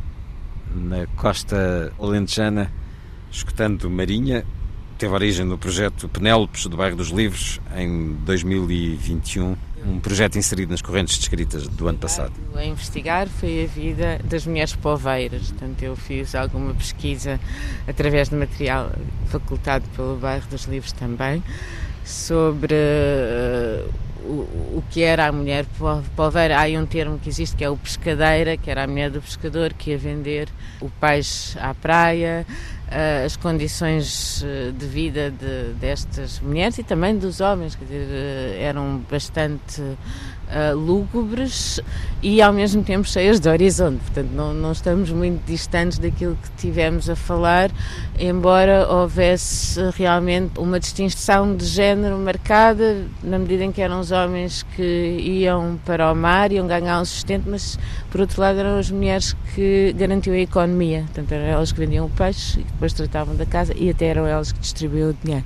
na costa alentejana, escutando Marinha. Teve origem no projeto Penélopes do Bairro dos Livros em dois mil e vinte e um, um projeto inserido nas correntes de escritas do ano passado. A investigar foi a vida das mulheres poveiras, portanto eu fiz alguma pesquisa através de material facultado pelo Bairro dos Livros também, sobre uh, o, o que era a mulher poveira. Há um termo que existe que é o pescadeira, que era a mulher do pescador que ia vender o peixe à praia. As condições de vida de, destas mulheres e também dos homens, quer dizer, eram bastante uh, lúgubres e ao mesmo tempo cheias de horizonte, portanto não, não estamos muito distantes daquilo que tivemos a falar, embora houvesse realmente uma distinção de género marcada, na medida em que eram os homens que iam para o mar, iam ganhar um sustento, mas por outro lado eram as mulheres que garantiam a economia, portanto eram elas que vendiam o peixe e depois tratavam da casa e até eram elas que distribuíam o dinheiro.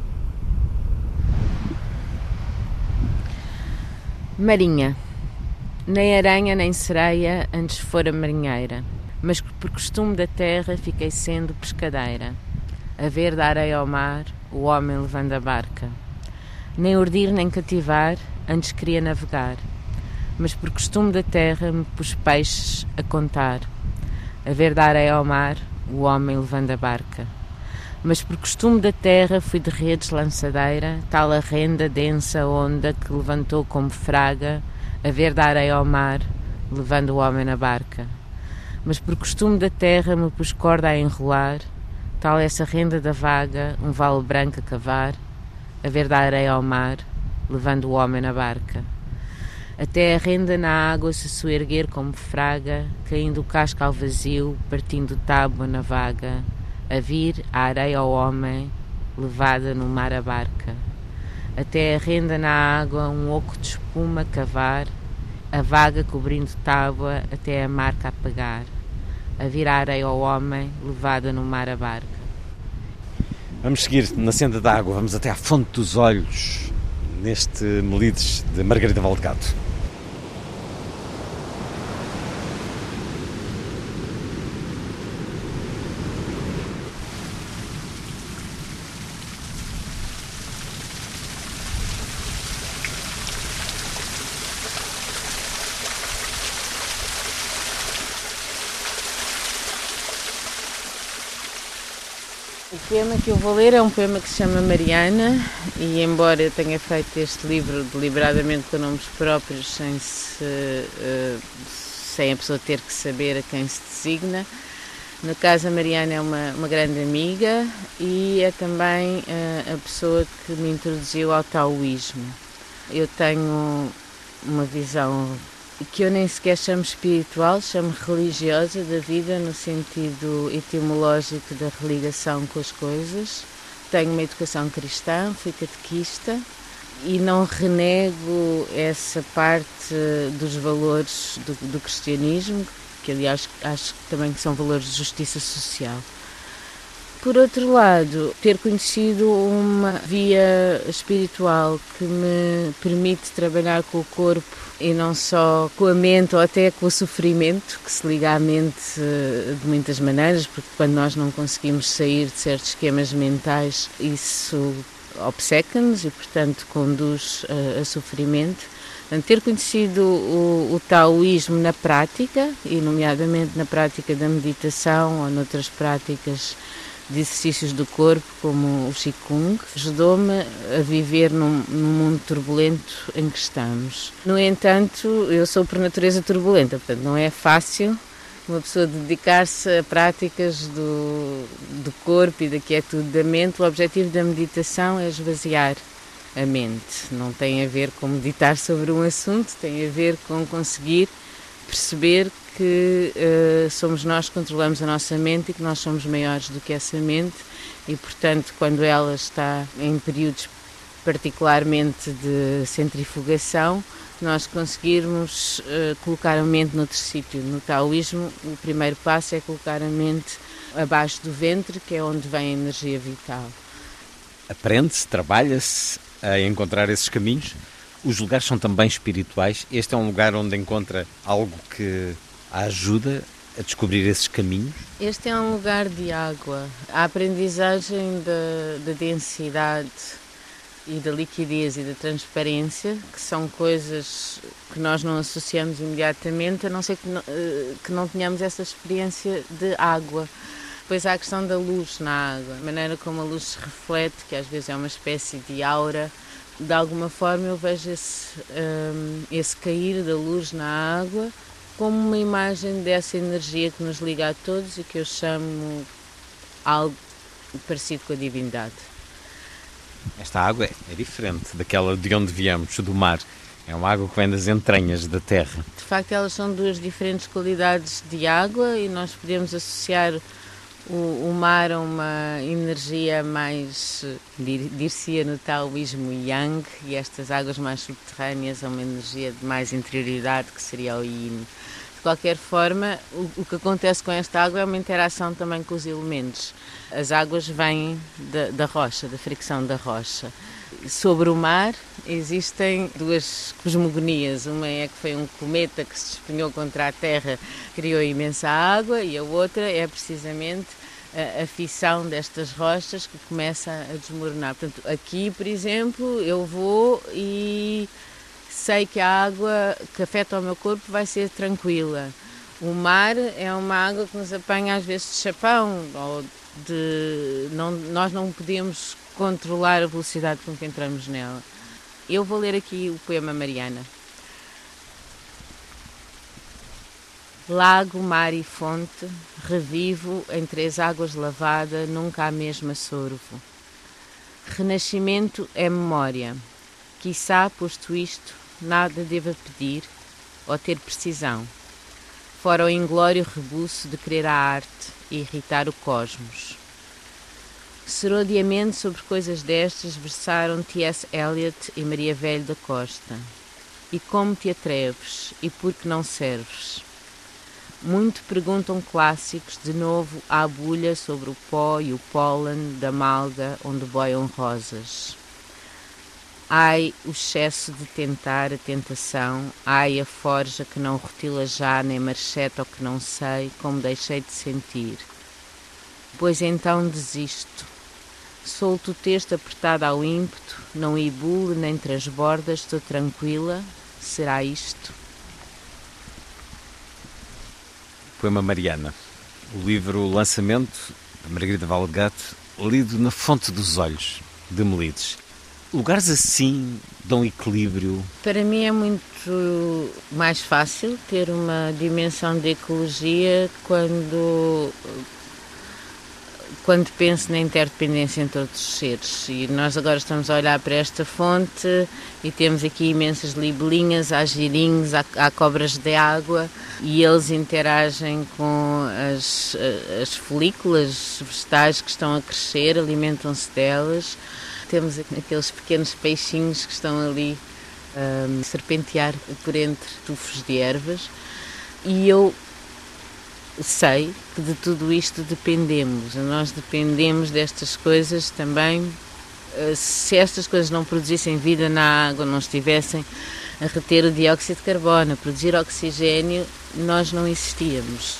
Marinha. Nem aranha nem sereia antes fora marinheira, mas por costume da terra fiquei sendo pescadeira. A ver da areia ao mar, o homem levando a barca. Nem urdir nem cativar, antes queria navegar, mas por costume da terra me pus peixes a contar. A ver da areia ao mar, o homem levando a barca. Mas por costume da terra fui de redes lançadeira, tal a renda densa onda que levantou como fraga, a ver da areia ao mar, levando o homem na barca. Mas por costume da terra me pus corda a enrolar, tal essa renda da vaga, um vale branco a cavar, a ver da areia ao mar, levando o homem na barca. Até a renda na água se soerguer como fraga, caindo o casco ao vazio, partindo tábua na vaga, a vir a areia ao homem, levada no mar a barca. Até a renda na água um oco de espuma cavar, a vaga cobrindo tábua até a marca apagar, a vir a areia ao homem, levada no mar a barca. Vamos seguir na senda da água, vamos até à fonte dos olhos, neste Melides de Margarida Valdegato. O poema que eu vou ler é um poema que se chama Mariana e, embora eu tenha feito este livro deliberadamente com nomes próprios, sem, se, uh, sem a pessoa ter que saber a quem se designa, no caso a Mariana é uma, uma grande amiga e é também uh, a pessoa que me introduziu ao taoísmo. Eu tenho uma visão que eu nem sequer chamo espiritual, chamo religiosa da vida, no sentido etimológico da religação com as coisas. Tenho uma educação cristã, fui catequista e não renego essa parte dos valores do, do cristianismo, que aliás acho também que são valores de justiça social. Por outro lado, ter conhecido uma via espiritual que me permite trabalhar com o corpo e não só com a mente ou até com o sofrimento, que se liga à mente de muitas maneiras, porque quando nós não conseguimos sair de certos esquemas mentais, isso obceca-nos e, portanto, conduz a, a sofrimento. Portanto, ter conhecido o, o taoísmo na prática, e nomeadamente na prática da meditação ou noutras práticas de exercícios do corpo, como o Qigong, ajudou-me a viver num, num mundo turbulento em que estamos. No entanto, eu sou por natureza turbulenta, portanto não é fácil uma pessoa dedicar-se a práticas do, do corpo e da quietude da mente. O objetivo da meditação é esvaziar a mente. Não tem a ver com meditar sobre um assunto, tem a ver com conseguir perceber que uh, somos nós que controlamos a nossa mente e que nós somos maiores do que essa mente e, portanto, quando ela está em períodos particularmente de centrifugação, nós conseguirmos uh, colocar a mente noutro sítio. No taoísmo, o primeiro passo é colocar a mente abaixo do ventre, que é onde vem a energia vital. Aprende-se, trabalha-se a encontrar esses caminhos. Os lugares são também espirituais. Este é um lugar onde encontra algo que a ajuda a descobrir esses caminhos? Este é um lugar de água. A aprendizagem da, da densidade e da liquidez e da transparência, que são coisas que nós não associamos imediatamente, a não ser que não, que não tenhamos essa experiência de água. Depois há a questão da luz na água, a maneira como a luz se reflete, que às vezes é uma espécie de aura. De alguma forma eu vejo esse, um, esse cair da luz na água como uma imagem dessa energia que nos liga a todos e que eu chamo algo parecido com a divindade. Esta água é diferente daquela de onde viemos, do mar. É uma água que vem das entranhas da terra. De facto, elas são duas diferentes qualidades de água e nós podemos associar o, o mar a uma energia mais, dir-se-ia no taoísmo, yang, e estas águas mais subterrâneas a uma energia de mais interioridade, que seria o yin. De qualquer forma, o, o que acontece com esta água é uma interação também com os elementos. As águas vêm da, da rocha, da fricção da rocha. Sobre o mar existem duas cosmogonias. Uma é que foi um cometa que se despenhou contra a Terra, criou imensa água, e a outra é precisamente a, a fissão destas rochas que começa a desmoronar. Portanto, aqui, por exemplo, eu vou e sei que a água que afeta o meu corpo vai ser tranquila. O mar é uma água que nos apanha às vezes de chapão, ou de, não, nós não podemos controlar a velocidade com que entramos nela. Eu vou ler aqui o poema Mariana. Lago, mar e fonte, revivo em três águas lavada, nunca a mesma sorvo. Renascimento é memória. Quiçá, posto isto, nada deva pedir ou ter precisão, fora o inglório rebuço de querer a arte e irritar o cosmos. Serodiamente sobre coisas destas versaram T S Eliot e Maria Velho da Costa. E como te atreves, e por que não serves? Muito perguntam clássicos, de novo à bulha sobre o pó e o pólen da malga onde boiam rosas. Ai, o excesso de tentar a tentação, ai, a forja que não rotila já, nem marcheta o que não sei, como deixei de sentir. Pois então desisto. Solto o texto apertado ao ímpeto, não ebule nem transborda, estou tranquila, será isto? Poema Mariana, o livro Lançamento, de Margarida Valdegato, lido na fonte dos olhos, de Melides. Lugares assim dão equilíbrio? Para mim é muito mais fácil ter uma dimensão de ecologia quando, quando penso na interdependência entre outros seres. E nós agora estamos a olhar para esta fonte e temos aqui imensas libelinhas, há girinhos, há, há cobras de água e eles interagem com as, as folículas vegetais que estão a crescer, alimentam-se delas. Temos aqueles pequenos peixinhos que estão ali um, a serpentear por entre tufos de ervas e eu sei que de tudo isto dependemos, nós dependemos destas coisas também. Se estas coisas não produzissem vida na água, não estivessem a reter o dióxido de carbono, a produzir oxigênio, nós não existíamos.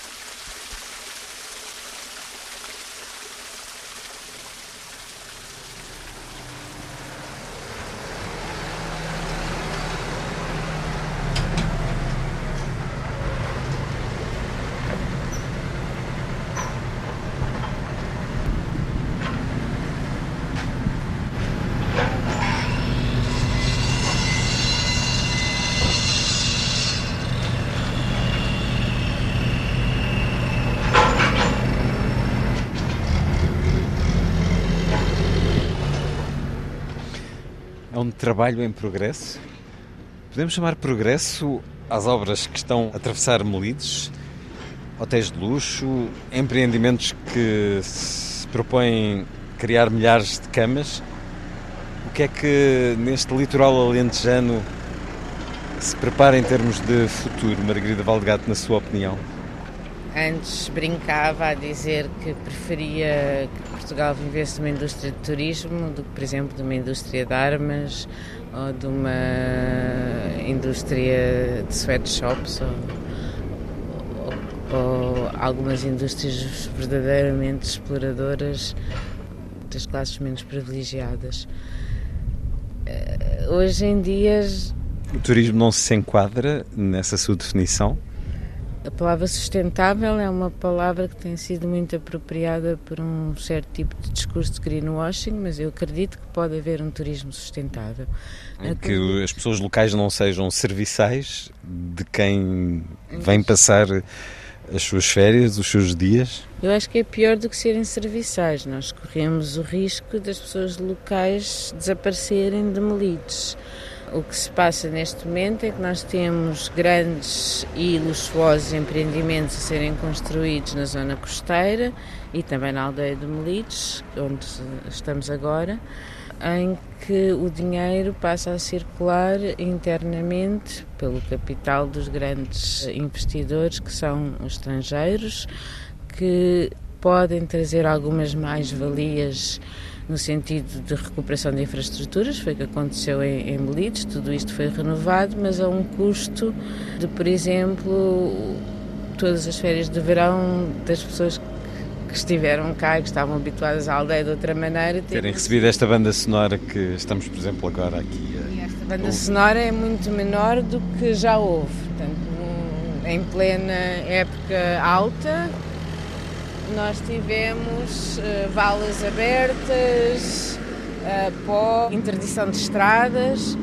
É um trabalho em progresso. Podemos chamar progresso às obras que estão a atravessar Melides, hotéis de luxo, empreendimentos que se propõem criar milhares de camas. O que é que neste litoral alentejano se prepara em termos de futuro, Margarida Valdegato, na sua opinião? Antes brincava a dizer que preferia que Portugal vivesse de uma indústria de turismo do que, por exemplo, de uma indústria de armas ou de uma indústria de sweatshops ou, ou, ou algumas indústrias verdadeiramente exploradoras das classes menos privilegiadas. Hoje em dia... O turismo não se enquadra nessa sua definição? A palavra sustentável é uma palavra que tem sido muito apropriada por um certo tipo de discurso de greenwashing, mas eu acredito que pode haver um turismo sustentável. Em que as pessoas locais não sejam serviçais de quem vem passar as suas férias, os seus dias? Eu acho que é pior do que serem serviçais. Nós corremos o risco das pessoas locais desaparecerem de Melides. O que se passa neste momento é que nós temos grandes e luxuosos empreendimentos a serem construídos na zona costeira e também na aldeia de Melides, onde estamos agora, em que o dinheiro passa a circular internamente pelo capital dos grandes investidores, que são os estrangeiros, que podem trazer algumas mais-valias no sentido de recuperação de infraestruturas, foi o que aconteceu em, em Melides, tudo isto foi renovado, mas a um custo de, por exemplo, todas as férias de verão das pessoas que, que estiveram cá e que estavam habituadas à aldeia de outra maneira. Terem recebido esta banda sonora que estamos, por exemplo, agora aqui a... E esta banda sonora é muito menor do que já houve, portanto, em plena época alta, nós tivemos uh, valas abertas, uh, pó, interdição de estradas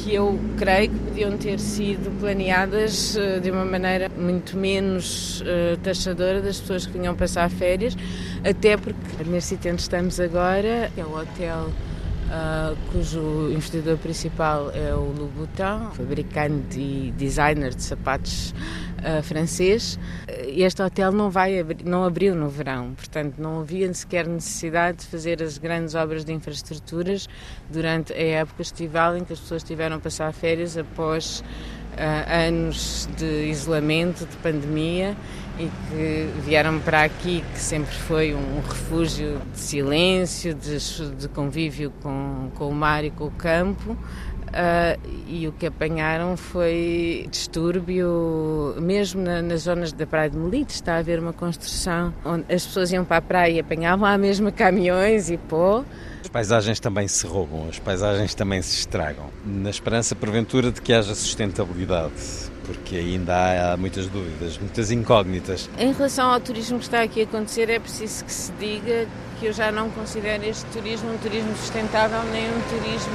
que eu creio que podiam ter sido planeadas de uma maneira muito menos uh, taxadora das pessoas que vinham passar férias, até porque neste sítio onde estamos agora é o hotel Uh, cujo investidor principal é o Louboutin, fabricante e designer de sapatos uh, francês. Este hotel não, vai abri- não abriu no verão, portanto não havia sequer necessidade de fazer as grandes obras de infraestruturas durante a época estival em que as pessoas tiveram a passar férias após uh, anos de isolamento, de pandemia, e que vieram para aqui, que sempre foi um refúgio de silêncio, de, de convívio com, com o mar e com o campo, uh, e o que apanharam foi distúrbio, mesmo na, nas zonas da Praia de Melite. Está a haver uma construção onde as pessoas iam para a praia e apanhavam lá mesmo caminhões e pó. As paisagens também se roubam, as paisagens também se estragam, na esperança, porventura, de que haja sustentabilidade, porque ainda há muitas dúvidas, muitas incógnitas. Em relação ao turismo que está aqui a acontecer, é preciso que se diga que eu já não considero este turismo um turismo sustentável, nem um turismo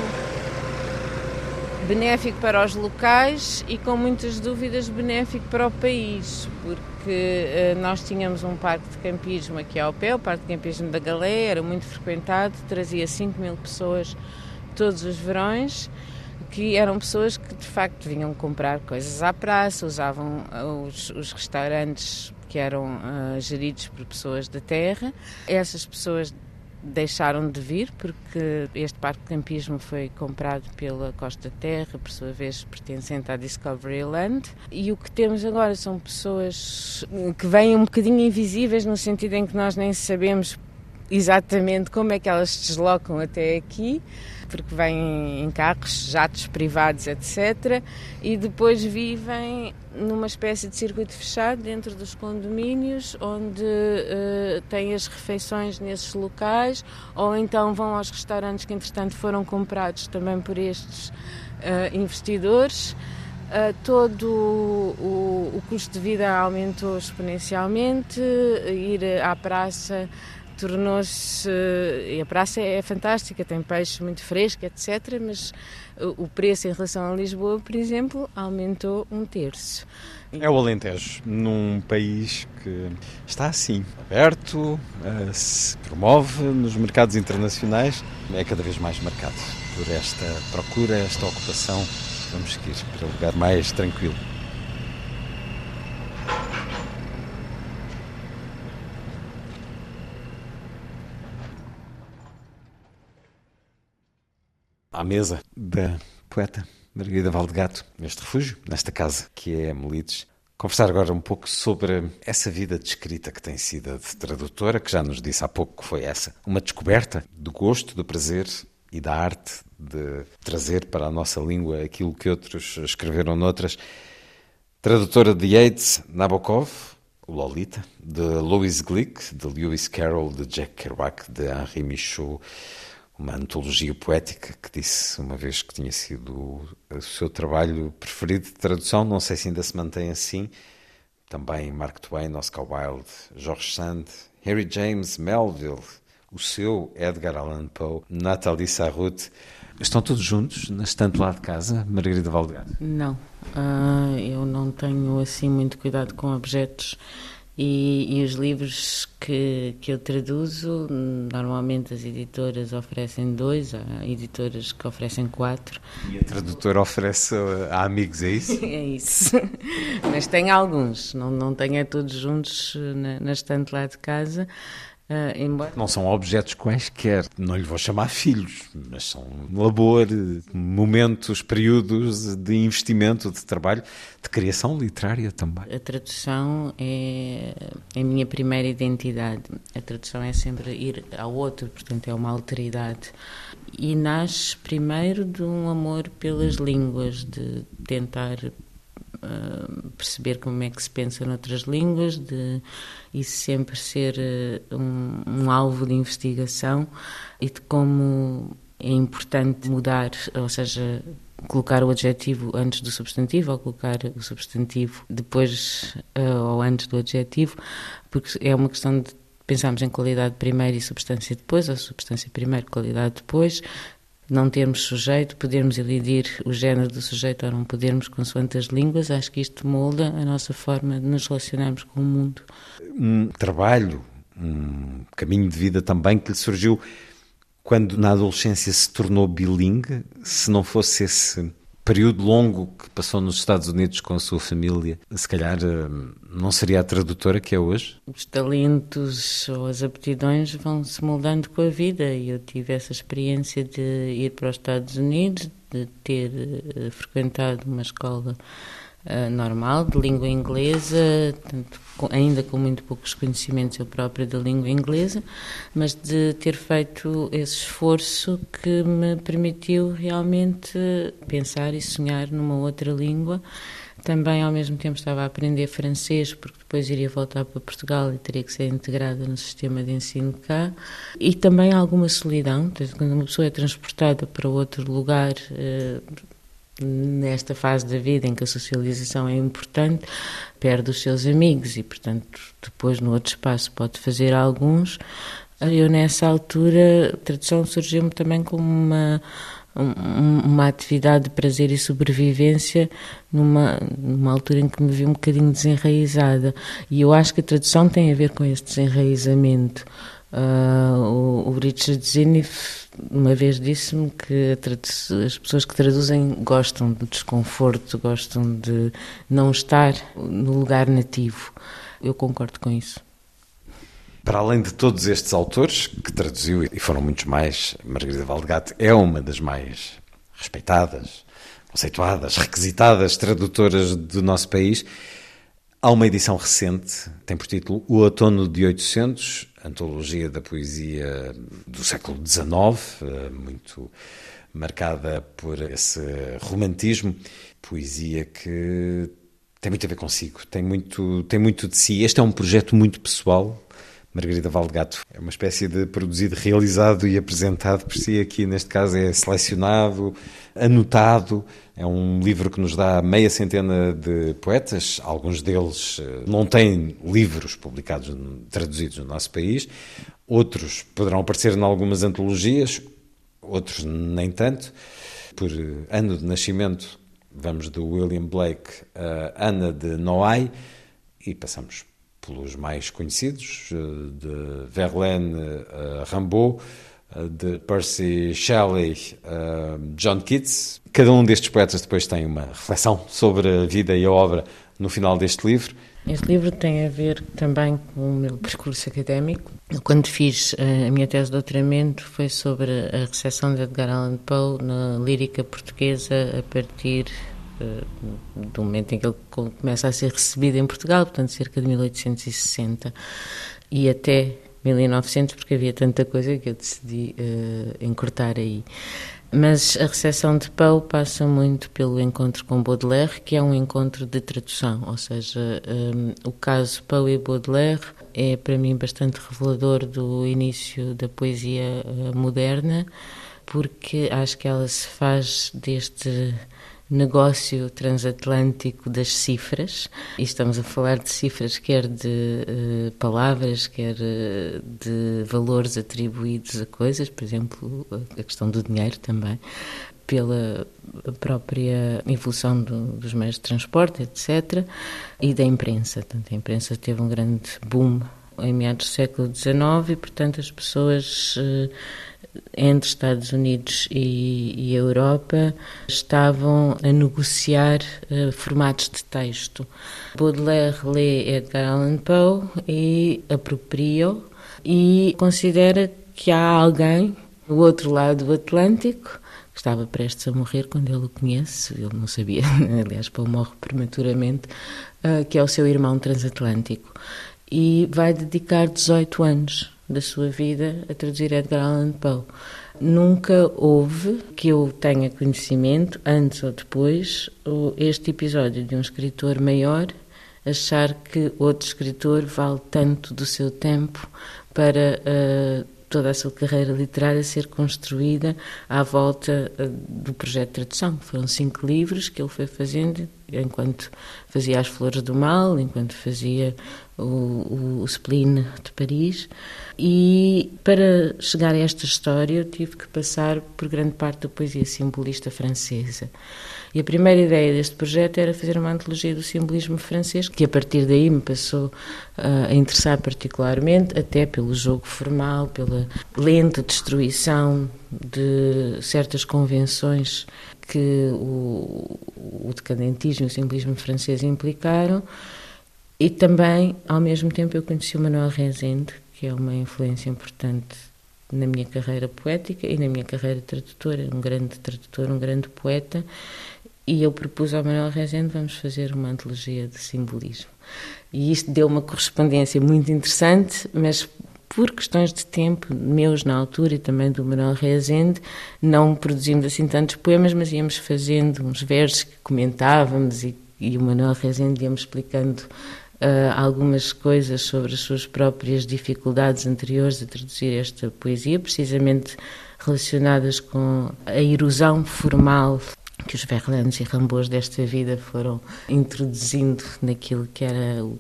benéfico para os locais e, com muitas dúvidas, benéfico para o país, porque uh, nós tínhamos um parque de campismo aqui ao pé, o Parque de Campismo da Galé, era muito frequentado, trazia cinco mil pessoas todos os verões, que eram pessoas que de facto vinham comprar coisas à praça, usavam os, os restaurantes que eram uh, geridos por pessoas da terra. Essas pessoas deixaram de vir porque este parque de campismo foi comprado pela Costa Terra, por sua vez pertencente à Discovery Land, e o que temos agora são pessoas que vêm um bocadinho invisíveis, no sentido em que nós nem sabemos exatamente como é que elas se deslocam até aqui, porque vêm em carros, jatos privados, etcétera, e depois vivem numa espécie de circuito fechado dentro dos condomínios, onde uh, têm as refeições nesses locais, ou então vão aos restaurantes que entretanto foram comprados também por estes uh, investidores. Uh, todo o, o custo de vida aumentou exponencialmente, ir à praça tornou-se, e a praça é fantástica, tem peixe muito fresco, etcétera, mas o preço em relação a Lisboa, por exemplo, aumentou um terço. É o Alentejo, num país que está assim, aberto, se promove nos mercados internacionais, é cada vez mais marcado por esta procura, esta ocupação. Vamos seguir para um lugar mais tranquilo. À mesa da poeta Margarida Valdegato, neste refúgio, nesta casa que é Melides. Conversar agora um pouco sobre essa vida de escrita que tem sido a de tradutora, que já nos disse há pouco que foi essa. Uma descoberta do gosto, do prazer e da arte de trazer para a nossa língua aquilo que outros escreveram noutras. Tradutora de Yeats, Nabokov, o Lolita, de Louis Glick, de Lewis Carroll, de Jack Kerouac, de Henri Michaud, uma antologia poética que disse uma vez que tinha sido o seu trabalho preferido de tradução, não sei se ainda se mantém assim. Também Mark Twain, Oscar Wilde, George Sand, Harry James, Melville, o seu Edgar Allan Poe, Nathalie Sarraute. Estão todos juntos na estante lá de casa, Margarida Valdegato? Não, uh, eu não tenho assim muito cuidado com objetos. E, e os livros que, que eu traduzo, normalmente as editoras oferecem dois, há editoras que oferecem quatro. E a tradutora oferece a amigos, é isso? É isso. Mas tenho alguns, não, não tenho a todos juntos na, na estante lá de casa. Uh, embora... Não são objetos quaisquer, não lhe vou chamar filhos, mas são labor, momentos, períodos de investimento, de trabalho, de criação literária também. A tradução é a minha primeira identidade. A tradução é sempre ir ao outro, portanto é uma alteridade. E nasce primeiro de um amor pelas línguas, de tentar Uh, perceber como é que se pensa noutras línguas, de isso sempre ser uh, um, um alvo de investigação, e de como é importante mudar, ou seja, colocar o adjetivo antes do substantivo ou colocar o substantivo depois uh, ou antes do adjetivo, porque é uma questão de pensarmos em qualidade primeiro e substância depois, ou substância primeiro, qualidade depois. não termos sujeito, podermos elidir o género do sujeito ou não podermos, consoante as línguas. Acho que isto molda a nossa forma de nos relacionarmos com o mundo. Um trabalho, um caminho de vida também que lhe surgiu quando na adolescência se tornou bilingue. Se não fosse esse período longo que passou nos Estados Unidos com a sua família, se calhar não seria a tradutora que é hoje? Os talentos ou as aptidões vão-se moldando com a vida, e eu tive essa experiência de ir para os Estados Unidos, de ter uh, frequentado uma escola uh, normal, de língua inglesa, tanto, com, ainda com muito poucos conhecimentos eu própria da língua inglesa, mas de ter feito esse esforço que me permitiu realmente pensar e sonhar numa outra língua. Também, ao mesmo tempo, estava a aprender francês, porque depois iria voltar para Portugal e teria que ser integrada no sistema de ensino cá. E também alguma solidão, quando uma pessoa é transportada para outro lugar, eh, nesta fase da vida em que a socialização é importante, perde os seus amigos e, portanto, depois no outro espaço pode fazer alguns. Eu, nessa altura, a tradução surgiu-me também como uma... uma atividade de prazer e sobrevivência numa, numa altura em que me vi um bocadinho desenraizada, e eu acho que a tradução tem a ver com esse desenraizamento. Uh, o, o Richard Zinif uma vez disse-me que as pessoas que traduzem gostam do desconforto, gostam de não estar no lugar nativo. Eu concordo com isso. Para além de todos estes autores que traduziu, e foram muitos mais, Margarida Valdegato é uma das mais respeitadas, conceituadas, requisitadas tradutoras do nosso país. Há uma edição recente, tem por título O Outono de oitocentos, antologia da poesia do século dezenove, muito marcada por esse romantismo, poesia que tem muito a ver consigo, tem muito, tem muito de si. Este é um projeto muito pessoal. Margarida Valdegato é uma espécie de produzido, realizado e apresentado por si. Aqui, neste caso, é selecionado, anotado. É um livro que nos dá meia centena de poetas. Alguns deles não têm livros publicados, traduzidos no nosso país. Outros poderão aparecer em algumas antologias, outros nem tanto. Por ano de nascimento, vamos do William Blake a Ana de Noailles e passamos pelos mais conhecidos, de Verlaine a Rimbaud, de Percy Shelley a John Keats. Cada um destes poetas depois tem uma reflexão sobre a vida e a obra no final deste livro. Este livro tem a ver também com o meu percurso académico. Quando fiz a minha tese de doutoramento foi sobre a recepção de Edgar Allan Poe na lírica portuguesa a partir do momento em que ele começa a ser recebido em Portugal, portanto cerca de mil oitocentos e sessenta, e até mil e novecentos, porque havia tanta coisa que eu decidi uh, encurtar aí. Mas a recepção de Poe passa muito pelo encontro com Baudelaire, que é um encontro de tradução, ou seja, um, o caso Poe e Baudelaire é para mim bastante revelador do início da poesia uh, moderna, porque acho que ela se faz deste negócio transatlântico das cifras, e estamos a falar de cifras quer de uh, palavras, quer uh, de valores atribuídos a coisas, por exemplo, a questão do dinheiro também, pela própria evolução do, dos meios de transporte, etcétera, e da imprensa. Portanto, a imprensa teve um grande boom em meados do século dezenove e, portanto, as pessoas uh, entre Estados Unidos e, e Europa estavam a negociar uh, formatos de texto. Baudelaire lê Edgar Allan Poe e apropria-o e considera que há alguém do outro lado do Atlântico que estava prestes a morrer quando ele o conhece, ele não sabia, aliás, Poe morre prematuramente, uh, que é o seu irmão transatlântico, e vai dedicar dezoito anos da sua vida a traduzir Edgar Allan Poe. Nunca houve, que eu tenha conhecimento, antes ou depois, este episódio de um escritor maior achar que outro escritor vale tanto do seu tempo para uh, toda a sua carreira literária ser construída à volta do projeto de tradução. Foram cinco livros que ele foi fazendo enquanto fazia As Flores do Mal, enquanto fazia o, o, o Spleen de Paris. E para chegar a esta história eu tive que passar por grande parte da poesia simbolista francesa. E a primeira ideia deste projeto era fazer uma antologia do simbolismo francês, que a partir daí me passou uh, a interessar particularmente, até pelo jogo formal, pela lenta destruição de certas convenções que o, o decadentismo e o simbolismo francês implicaram. E também, ao mesmo tempo, eu conheci o Manuel Rezende, que é uma influência importante na minha carreira poética e na minha carreira tradutora, um grande tradutor, um grande poeta. E eu propus ao Manuel Rezende, vamos fazer uma antologia de simbolismo. E isto deu uma correspondência muito interessante, mas por questões de tempo, meus na altura e também do Manuel Rezende, não produzimos assim tantos poemas, mas íamos fazendo uns versos que comentávamos e, e o Manuel Rezende ia-me explicando uh, algumas coisas sobre as suas próprias dificuldades anteriores a traduzir esta poesia, precisamente relacionadas com a erosão formal que os Verlaines e Rimbaud desta vida foram introduzindo naquilo que era o,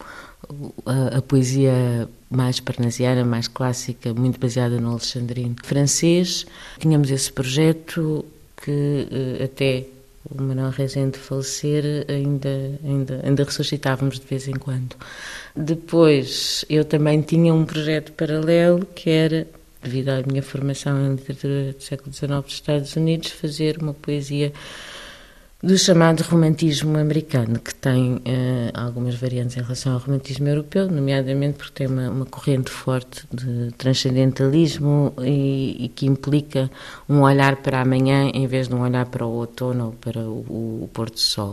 a, a poesia mais parnasiana, mais clássica, muito baseada no alexandrino francês. Tínhamos esse projeto que até o Manuel Rezende falecer ainda, ainda, ainda ressuscitávamos de vez em quando. Depois eu também tinha um projeto paralelo que era, devido à minha formação em literatura do século dezenove dos Estados Unidos, fazer uma poesia do chamado romantismo americano, que tem uh, algumas variantes em relação ao romantismo europeu, nomeadamente porque tem uma, uma corrente forte de transcendentalismo e, e que implica um olhar para amanhã em vez de um olhar para o outono ou para o, o pôr do sol.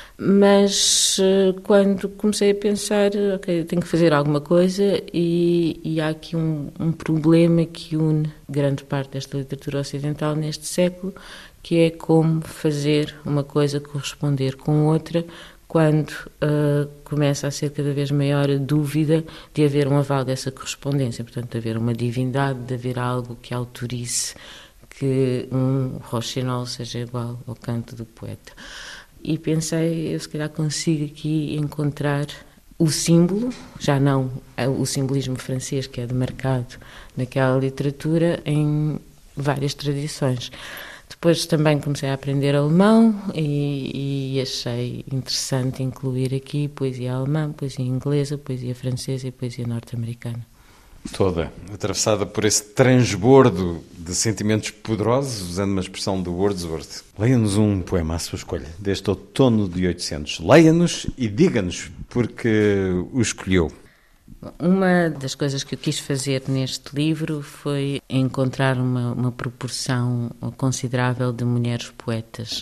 Mas quando comecei a pensar, ok, tenho que fazer alguma coisa e, e há aqui um, um problema que une grande parte desta literatura ocidental neste século, que é como fazer uma coisa corresponder com outra quando uh, começa a ser cada vez maior a dúvida de haver um aval dessa correspondência, portanto, de haver uma divindade, de haver algo que autorize que um roxinol seja igual ao canto do poeta. E pensei, eu se calhar consigo aqui encontrar o símbolo, já não o simbolismo francês que é demarcado naquela literatura, em várias tradições. Depois também comecei a aprender alemão e, e achei interessante incluir aqui poesia alemã, poesia inglesa, poesia francesa e poesia norte-americana. Toda atravessada por esse transbordo de sentimentos poderosos, usando uma expressão do Wordsworth. Leia-nos um poema à sua escolha, deste outono de oitocentos. Leia-nos e diga-nos porque o escolheu. Uma das coisas que eu quis fazer neste livro foi encontrar uma, uma proporção considerável de mulheres poetas.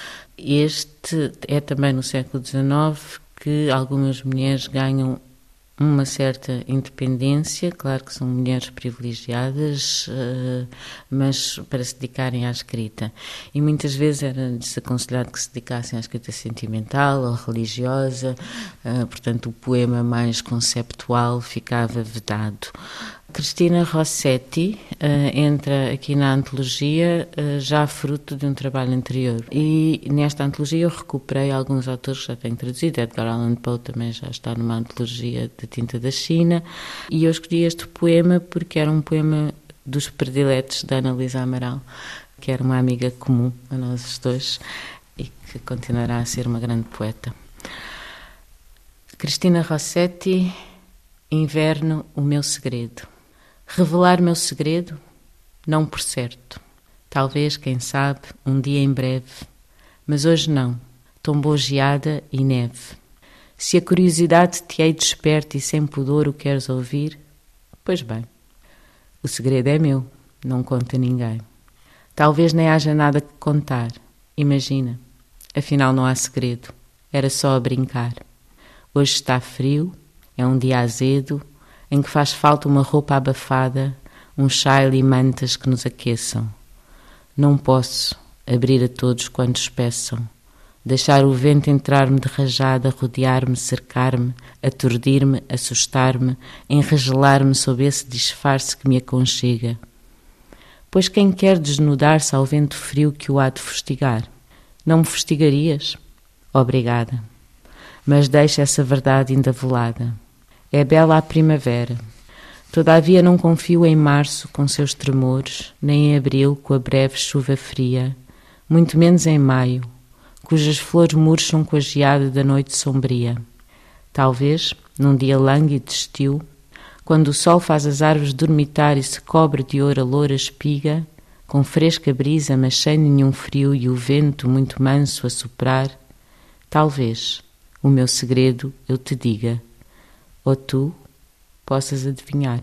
Este é também no século dezenove que algumas mulheres ganham uma certa independência, claro que são mulheres privilegiadas, mas para se dedicarem à escrita. E muitas vezes era desaconselhado que se dedicassem à escrita sentimental ou religiosa, portanto o poema mais conceptual ficava vedado. Cristina Rossetti uh, entra aqui na antologia uh, já fruto de um trabalho anterior. E nesta antologia eu recuperei alguns autores que já tenho traduzido. Edgar Allan Poe também já está numa antologia de Tinta da China. E eu escolhi este poema porque era um poema dos prediletos da Ana Luísa Amaral, que era uma amiga comum a nós os dois e que continuará a ser uma grande poeta. Cristina Rossetti, Inverno, o meu segredo. Revelar meu segredo? Não por certo. Talvez, quem sabe, um dia em breve. Mas hoje não. Tombou geada e neve. Se a curiosidade te hei desperta e sem pudor o queres ouvir, pois bem, o segredo é meu, não conta ninguém. Talvez nem haja nada que contar. Imagina, afinal não há segredo. Era só a brincar. Hoje está frio, é um dia azedo, em que faz falta uma roupa abafada, um chale e mantas que nos aqueçam. Não posso abrir a todos quantos peçam. deixar o vento entrar-me de rajada, rodear-me, cercar-me, aturdir-me, assustar-me, enregelar-me sob esse disfarce que me aconchega. Pois quem quer desnudar-se ao vento frio que o há de fustigar? Não me fustigarias? Obrigada. Mas deixa essa verdade ainda velada. É bela a primavera. Todavia não confio em março com seus tremores, nem em abril com a breve chuva fria, muito menos em maio, cujas flores murcham com a geada da noite sombria. Talvez, num dia lânguido de estio, quando o sol faz as árvores dormitar e se cobre de ouro a loura espiga, com fresca brisa, mas sem nenhum frio e o vento muito manso a soprar, talvez o meu segredo eu te diga, ou tu possas adivinhar.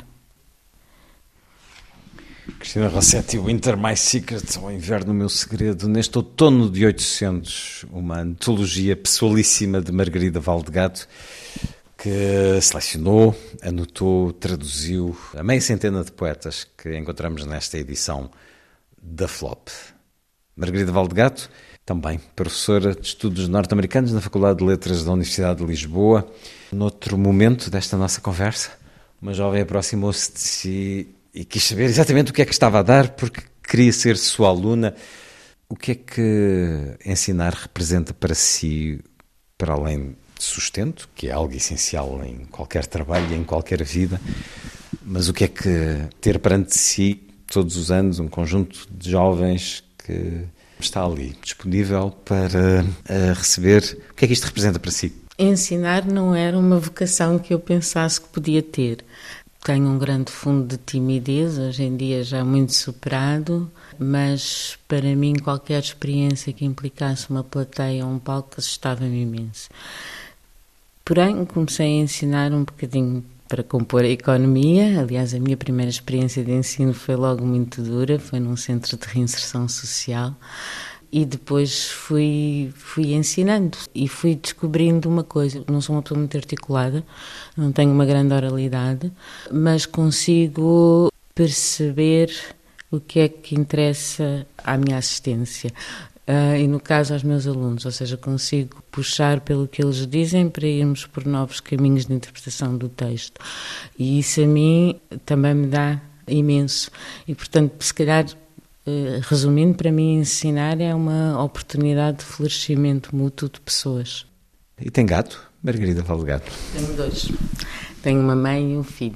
Cristina Rossetti, Winter My Secret, o inverno, o meu segredo, neste outono de oitocentos, uma antologia pessoalíssima de Margarida Valdegato, que selecionou, anotou, traduziu a meia centena de poetas que encontramos nesta edição da Flop. Margarida Valdegato, também professora de estudos norte-americanos na Faculdade de Letras da Universidade de Lisboa. Noutro momento desta nossa conversa, uma jovem aproximou-se de si e quis saber exatamente o que é que estava a dar, porque queria ser sua aluna. O que é que ensinar representa para si, para além de sustento, que é algo essencial em qualquer trabalho e em qualquer vida, mas o que é que ter perante si, todos os anos, um conjunto de jovens que está ali, disponível para uh, receber? O que é que isto representa para si? Ensinar não era uma vocação que eu pensasse que podia ter. Tenho um grande fundo de timidez, hoje em dia já muito superado, mas para mim qualquer experiência que implicasse uma plateia ou um palco assustava-me imenso. Porém, comecei a ensinar um bocadinho para compor a economia. Aliás, a minha primeira experiência de ensino foi logo muito dura, foi num centro de reinserção social. E depois fui, fui ensinando e fui descobrindo uma coisa. Não sou uma pessoa muito articulada, não tenho uma grande oralidade, mas consigo perceber o que é que interessa à minha assistência. Uh, e no caso aos meus alunos, ou seja, consigo puxar pelo que eles dizem para irmos por novos caminhos de interpretação do texto. E isso a mim também me dá imenso. E portanto, se calhar, resumindo, para mim ensinar é uma oportunidade de florescimento mútuo de pessoas. E tem gato, Margarida Valdegato? Tenho dois. Tenho uma mãe e um filho.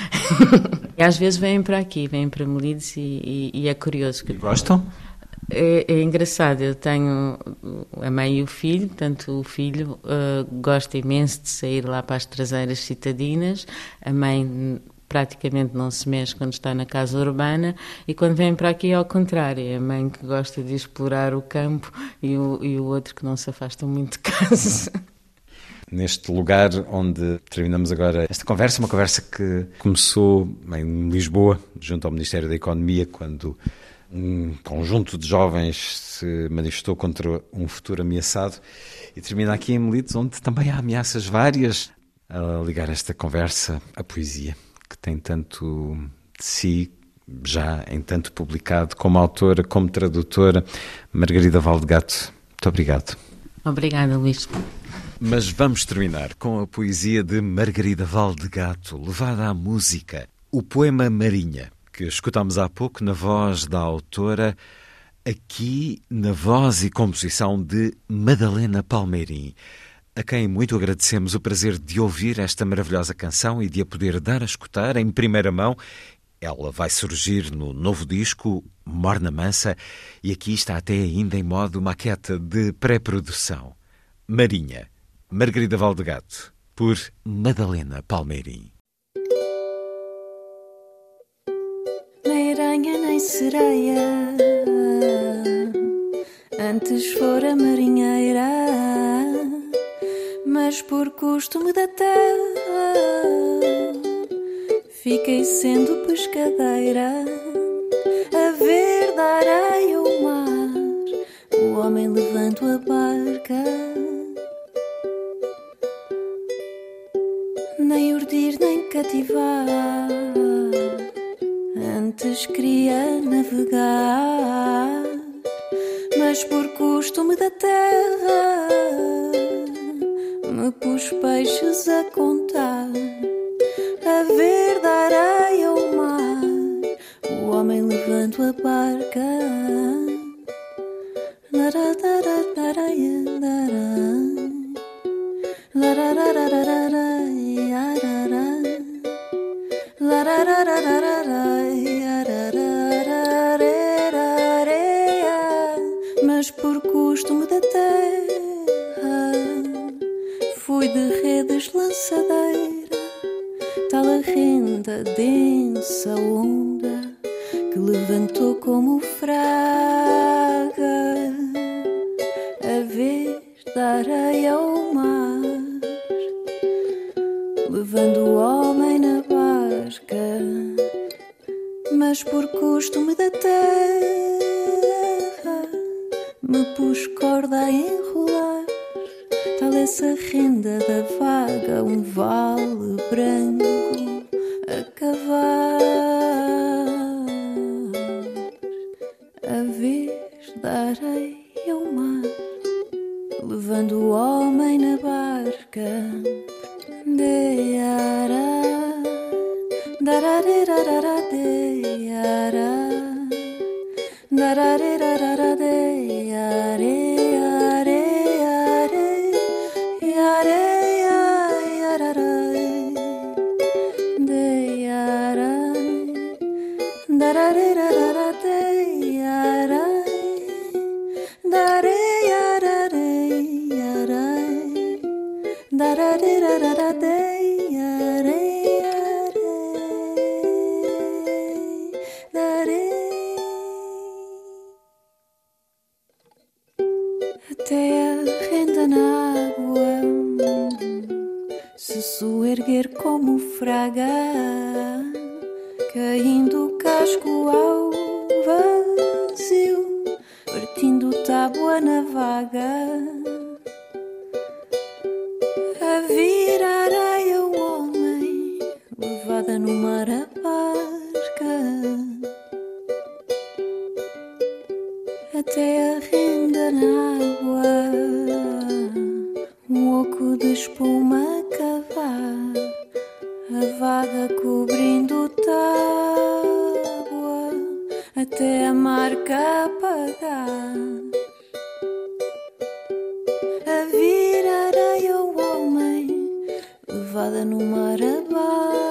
E às vezes vêm para aqui, vêm para Melides e, e, e é curioso. E gostam? É, é engraçado, eu tenho a mãe e o filho, portanto o filho uh, gosta imenso de sair lá para as traseiras citadinas, a mãe praticamente não se mexe quando está na casa urbana, e quando vem para aqui é ao contrário, é a mãe que gosta de explorar o campo e o, e o outro que não se afasta muito de casa. Neste lugar onde terminamos agora esta conversa, uma conversa que começou em Lisboa, junto ao Ministério da Economia, quando um conjunto de jovens se manifestou contra um futuro ameaçado, e termina aqui em Melides, onde também há ameaças várias, a ligar esta conversa à poesia, que tem tanto de si, já em tanto publicado, como autora, como tradutora. Margarida Valdegato, muito obrigado. Obrigada, Luís. Mas vamos terminar com a poesia de Margarida Valdegato, levada à música. O poema Marinha, que escutámos há pouco na voz da autora, aqui na voz e composição de Madalena Palmeirim, a quem muito agradecemos o prazer de ouvir esta maravilhosa canção e de a poder dar a escutar em primeira mão. Ela vai surgir no novo disco, Morna Mansa, e aqui está até ainda em modo maqueta de pré-produção. Marinha, Margarida Valdegato, por Madalena Palmeirim. Nem aranha nem sereia, antes fora marinheira, mas por costume da terra fiquei sendo pescadeira, a ver da areia o mar, o homem levando a barca. Nem urdir nem cativar, antes queria navegar, mas por costume da terra me pus peixes a contar, a ver da areia ao mar, o homem levando a barca. Mas por costume da terra fui de redes lançadeira, tal a renda densa onda que levantou como fraga, a vez da areia ao mar, levando o homem na barca. Mas por costume da terra me pus corda a enrolar, tal essa renda da vaga, um vale branco a cavar, a vez da areia ao mar, levando o homem na barca. Deara, dararerarara, deara, dararerarara, deare, are, are, are, yarara, deara, dararerarara, deara, dare, yarare, yara, dararerarara, deare, até a renda na água se soerguer como fraga, caindo o casco ao vazio, partindo tábua na vaga, a vir a areia o homem, levada no mar a barca, até a renda na água, um oco de espuma a cavar, a vaga cobrindo tábua, até a marca apagar, a vir a areia o homem, levada no mar a barca.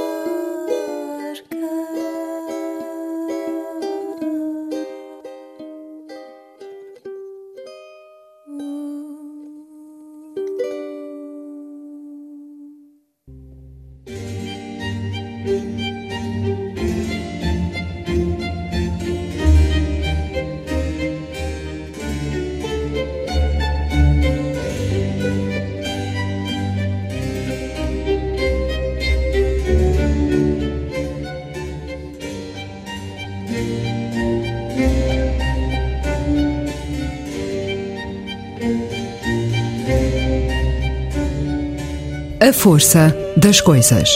A força das coisas.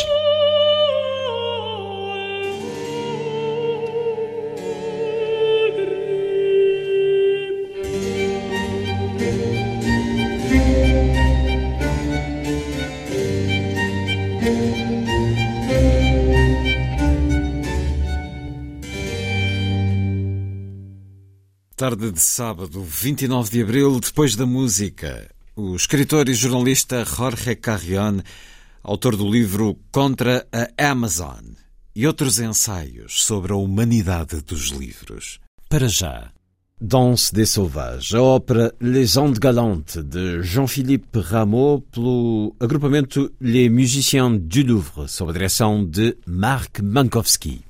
Tarde de sábado, vinte e nove de abril, depois da música, o escritor e jornalista Jorge Carrión, autor do livro Contra a Amazon e outros ensaios sobre a humanidade dos livros. Para já, Danse des Sauvages, a ópera Les Andes Galantes de Jean-Philippe Rameau pelo agrupamento Les Musiciens du Louvre, sob a direção de Marc Mankowski.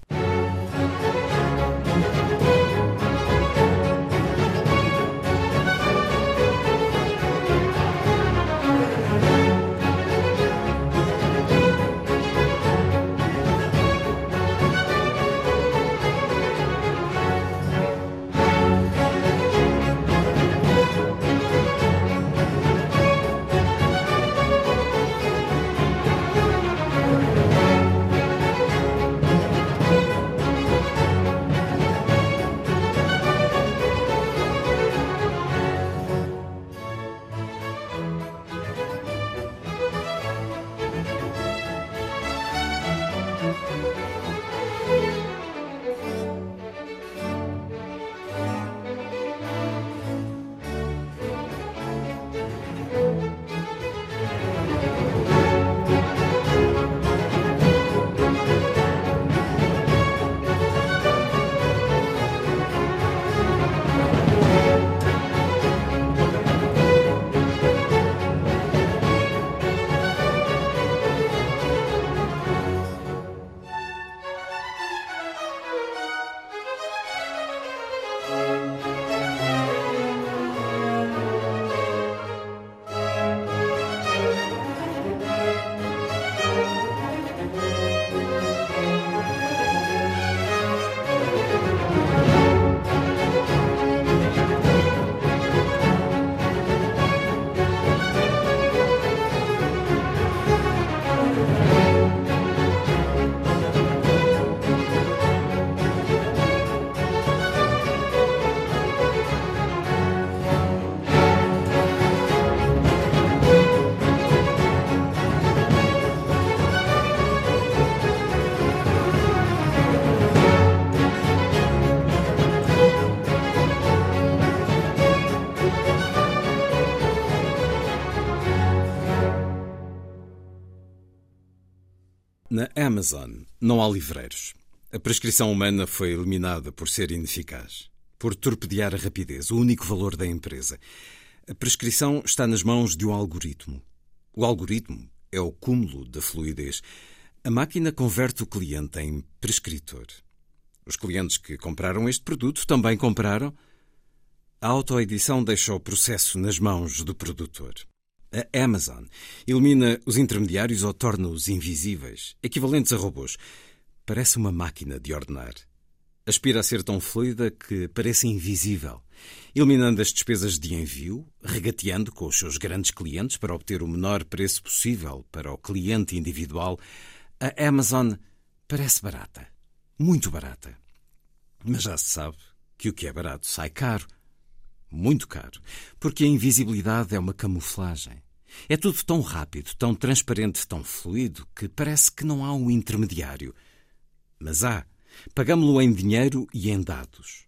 Na Amazon não há livreiros. A prescrição humana foi eliminada por ser ineficaz, por torpedear a rapidez, o único valor da empresa. A prescrição está nas mãos de um algoritmo. O algoritmo é o cúmulo da fluidez. A máquina converte o cliente em prescritor. Os clientes que compraram este produto também compraram. A autoedição deixa o processo nas mãos do produtor. A Amazon elimina os intermediários ou torna-os invisíveis, equivalentes a robôs. Parece uma máquina de ordenar. Aspira a ser tão fluida que parece invisível, eliminando as despesas de envio, regateando com os seus grandes clientes para obter o menor preço possível para o cliente individual. A Amazon parece barata, muito barata. Mas já se sabe que o que é barato sai caro. Muito caro, porque a invisibilidade é uma camuflagem. É tudo tão rápido, tão transparente, tão fluido, que parece que não há um intermediário. Mas há. Pagamo-lo em dinheiro e em dados.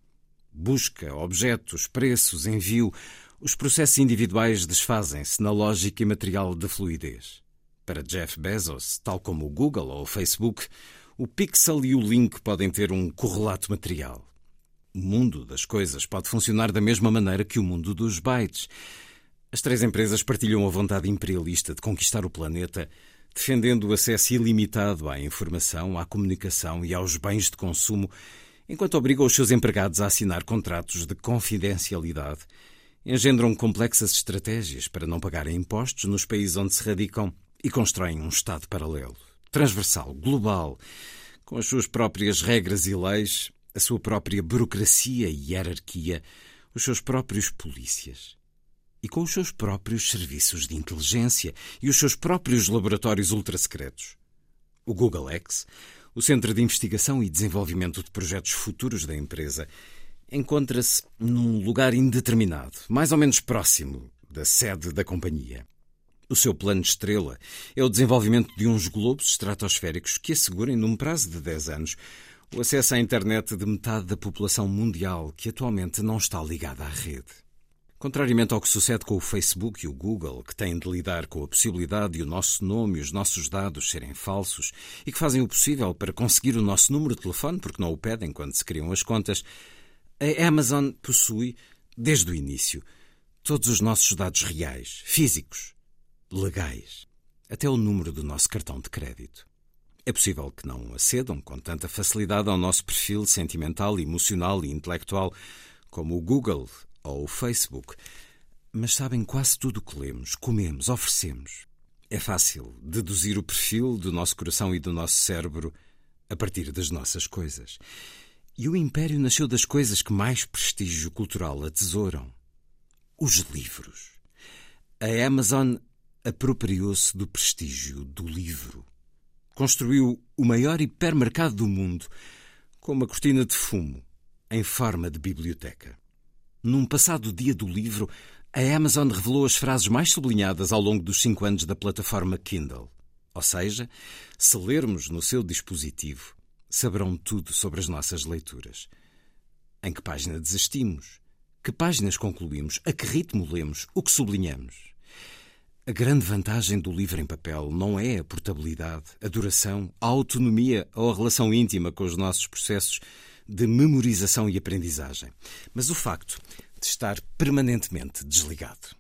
Busca, objetos, preços, envio. Os processos individuais desfazem-se na lógica imaterial da fluidez. Para Jeff Bezos, tal como o Google ou o Facebook, o pixel e o link podem ter um correlato material. O mundo das coisas pode funcionar da mesma maneira que o mundo dos bytes. As três empresas partilham a vontade imperialista de conquistar o planeta, defendendo o acesso ilimitado à informação, à comunicação e aos bens de consumo, enquanto obrigam os seus empregados a assinar contratos de confidencialidade, engendram complexas estratégias para não pagarem impostos nos países onde se radicam e constroem um Estado paralelo, transversal, global, com as suas próprias regras e leis, a sua própria burocracia e hierarquia, os seus próprios polícias. E com os seus próprios serviços de inteligência e os seus próprios laboratórios ultrasecretos. O Google X, o Centro de Investigação e Desenvolvimento de Projetos Futuros da empresa, encontra-se num lugar indeterminado, mais ou menos próximo da sede da companhia. O seu plano de estrela é o desenvolvimento de uns globos estratosféricos que assegurem, num prazo de dez anos, o acesso à internet de metade da população mundial que atualmente não está ligada à rede. Contrariamente ao que sucede com o Facebook e o Google, que têm de lidar com a possibilidade de o nosso nome e os nossos dados serem falsos e que fazem o possível para conseguir o nosso número de telefone porque não o pedem quando se criam as contas, a Amazon possui, desde o início, todos os nossos dados reais, físicos, legais, até o número do nosso cartão de crédito. É possível que não acedam com tanta facilidade ao nosso perfil sentimental, emocional e intelectual como o Google ou o Facebook, mas sabem quase tudo o que lemos, comemos, oferecemos. É fácil deduzir o perfil do nosso coração e do nosso cérebro a partir das nossas coisas. E o império nasceu das coisas que mais prestígio cultural atesouram. Os livros. A Amazon apropriou-se do prestígio do livro. Construiu o maior hipermercado do mundo com uma cortina de fumo em forma de biblioteca. Num passado dia do livro, a Amazon revelou as frases mais sublinhadas ao longo dos cinco anos da plataforma Kindle. Ou seja, se lermos no seu dispositivo, saberão tudo sobre as nossas leituras. Em que página desistimos? Que páginas concluímos? A que ritmo lemos? O que sublinhamos? A grande vantagem do livro em papel não é a portabilidade, a duração, a autonomia ou a relação íntima com os nossos processos de memorização e aprendizagem, mas o facto de estar permanentemente desligado.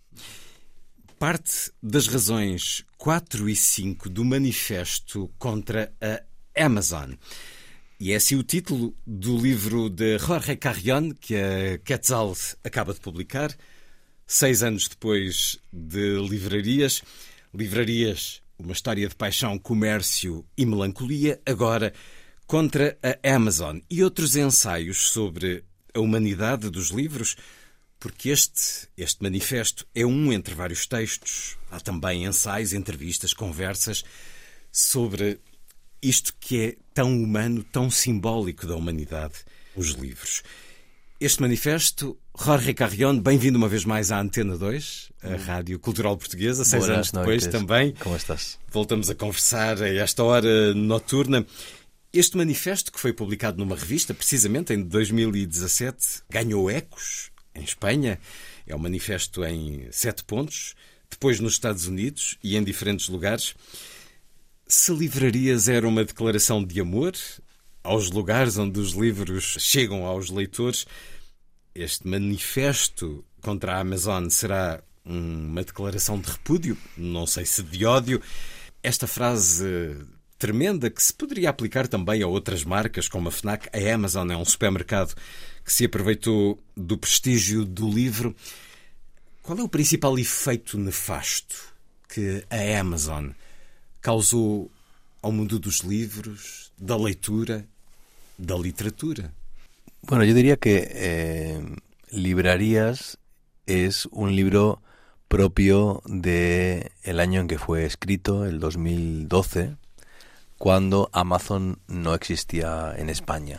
Parte das razões quatro e cinco do Manifesto contra a Amazon. E é assim o título do livro de Jorge Carrión, que a Quetzal acaba de publicar, seis anos depois de Livrarias. Livrarias, uma história de paixão, comércio e melancolia, agora contra a Amazon. E outros ensaios sobre a humanidade dos livros, porque este, este manifesto é um entre vários textos. Há também ensaios, entrevistas, conversas sobre isto que é tão humano, tão simbólico da humanidade, os livros. Este manifesto, Jorge Carrión, bem-vindo uma vez mais à Antena dois, a Rádio Cultural Portuguesa, seis Boas anos depois noites. também. Como estás? Voltamos a conversar a esta hora noturna. Este manifesto, que foi publicado numa revista, precisamente em dois mil e dezassete, ganhou ecos em Espanha. É um manifesto em sete pontos, depois nos Estados Unidos e em diferentes lugares. Se livrarias era uma declaração de amor aos lugares onde os livros chegam aos leitores, este manifesto contra a Amazon será uma declaração de repúdio, não sei se de ódio. Esta frase tremenda que se poderia aplicar também a outras marcas como a FNAC. A Amazon é um supermercado que se aproveitou do prestígio do livro. Qual é o principal efeito nefasto que a Amazon causou ao mundo dos livros, da leitura, da literatura? Bueno, yo diría que eh, Librarías es un libro propio del año en que fue escrito, el dos mil doce, cuando Amazon no existía en España.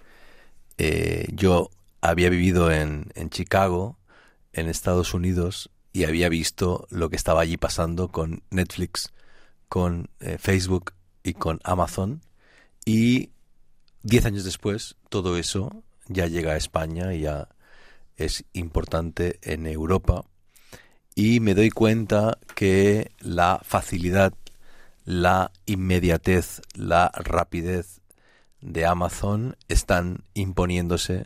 Eh, yo había vivido en, en Chicago, en Estados Unidos, y había visto lo que estaba allí pasando con Netflix, con eh, Facebook y con Amazon, y diez años después todo eso ya llega a España y ya es importante en Europa, y me doy cuenta que la facilidad, la inmediatez, la rapidez de Amazon están imponiéndose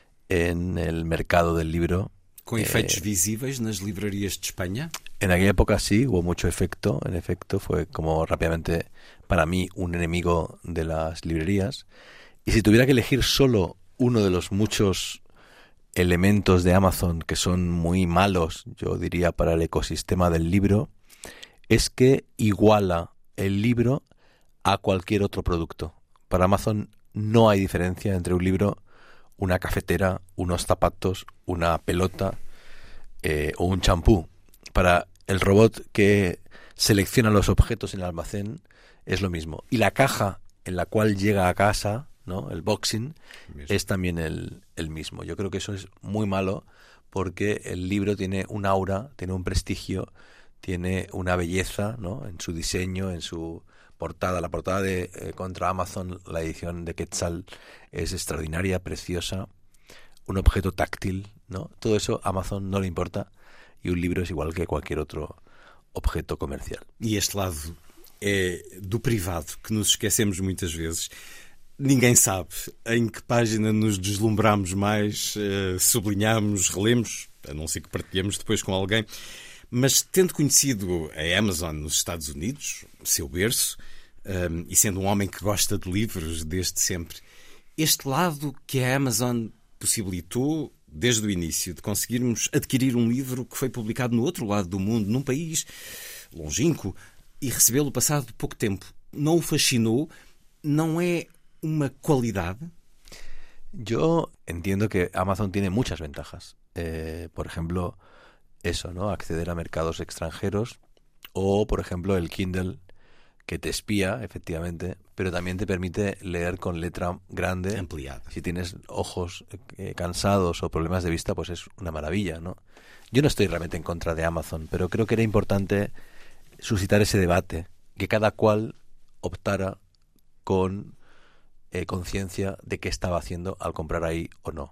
en el mercado del libro. Com efeitos eh, visíveis nas livrarias de España? En aquella época sí, hubo mucho efecto, en efecto, fue como rápidamente para mí un enemigo de las librerías. Y si tuviera que elegir solo uno de los muchos elementos de Amazon que son muy malos, yo diría, para el ecosistema del libro, es que iguala el libro a cualquier otro producto. Para Amazon no hay diferencia entre un libro, una cafetera, unos zapatos, una pelota eh, o un champú. Para el robot que selecciona los objetos en el almacén es lo mismo. Y la caja en la cual llega a casa, ¿no? El boxing, es también el, el mismo. Yo creo que eso es muy malo porque el libro tiene un aura, tiene un prestigio, tiene una belleza, ¿no? En su diseño, en su portada. La portada de eh, Contra Amazon, la edición de Quetzal, es extraordinaria, preciosa, un objeto táctil, ¿no? Todo eso a Amazon no le importa, y un libro es igual que cualquier otro objeto comercial. E este lado é do privado, que nos esquecemos muitas vezes. Ninguém sabe em que página nos deslumbramos mais, uh, sublinhamos, relemos, a não ser que partilhemos depois com alguém. Mas tendo conhecido a Amazon nos Estados Unidos, seu berço, um, e sendo um homem que gosta de livros desde sempre, este lado que a Amazon possibilitou desde o início, de conseguirmos adquirir um livro que foi publicado no outro lado do mundo, num país longínquo, e recebê-lo passado pouco tempo, não o fascinou? Não é una cualidad? Yo entiendo que Amazon tiene muchas ventajas. Eh, por ejemplo, eso, ¿no? Acceder a mercados extranjeros, o, por ejemplo, el Kindle, que te espía, efectivamente, pero también te permite leer con letra grande. Ampliada. Si tienes ojos eh, cansados o problemas de vista, pues es una maravilla, ¿no? Yo no estoy realmente en contra de Amazon, pero creo que era importante suscitar ese debate, que cada cual optara con Eh, conciencia de qué estaba haciendo al comprar ahí o no.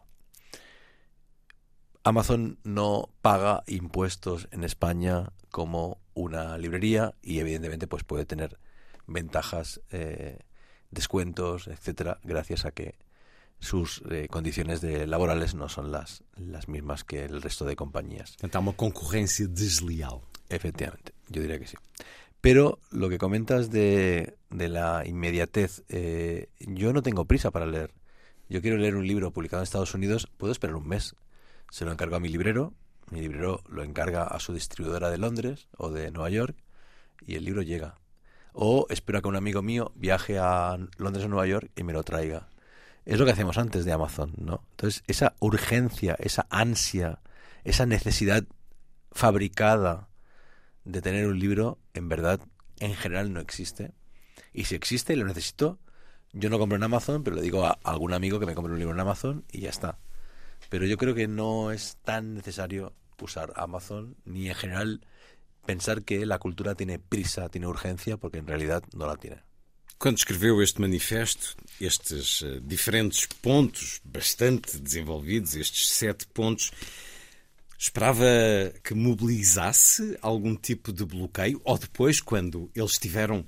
Amazon no paga impuestos en España como una librería, y evidentemente pues puede tener ventajas, eh, descuentos, etcétera, gracias a que sus eh, condiciones de laborales no son las, las mismas que el resto de compañías. Entonces, una concurrencia desleal. Efectivamente, yo diría que sí. Pero lo que comentas de, de la inmediatez, eh, yo no tengo prisa para leer. Yo quiero leer un libro publicado en Estados Unidos, puedo esperar un mes. Se lo encargo a mi librero, mi librero lo encarga a su distribuidora de Londres o de Nueva York, y el libro llega. O espero a que un amigo mío viaje a Londres o Nueva York y me lo traiga. Es lo que hacemos antes de Amazon, ¿no? Entonces, esa urgencia, esa ansia, esa necesidad fabricada de tener un libro, en verdad, en general no existe. Y si existe y lo necesito, yo no compro en Amazon, pero le digo a algún amigo que me compre un libro en Amazon y ya está. Pero yo creo que no es tan necesario usar Amazon, ni en general pensar que la cultura tiene prisa, tiene urgencia, porque en realidad no la tiene. Quando escreveu este manifesto, estes uh, diferentes pontos bastante desenvolvidos, estes sete pontos, esperava que mobilizasse algum tipo de bloqueio, ou depois, quando eles estiveram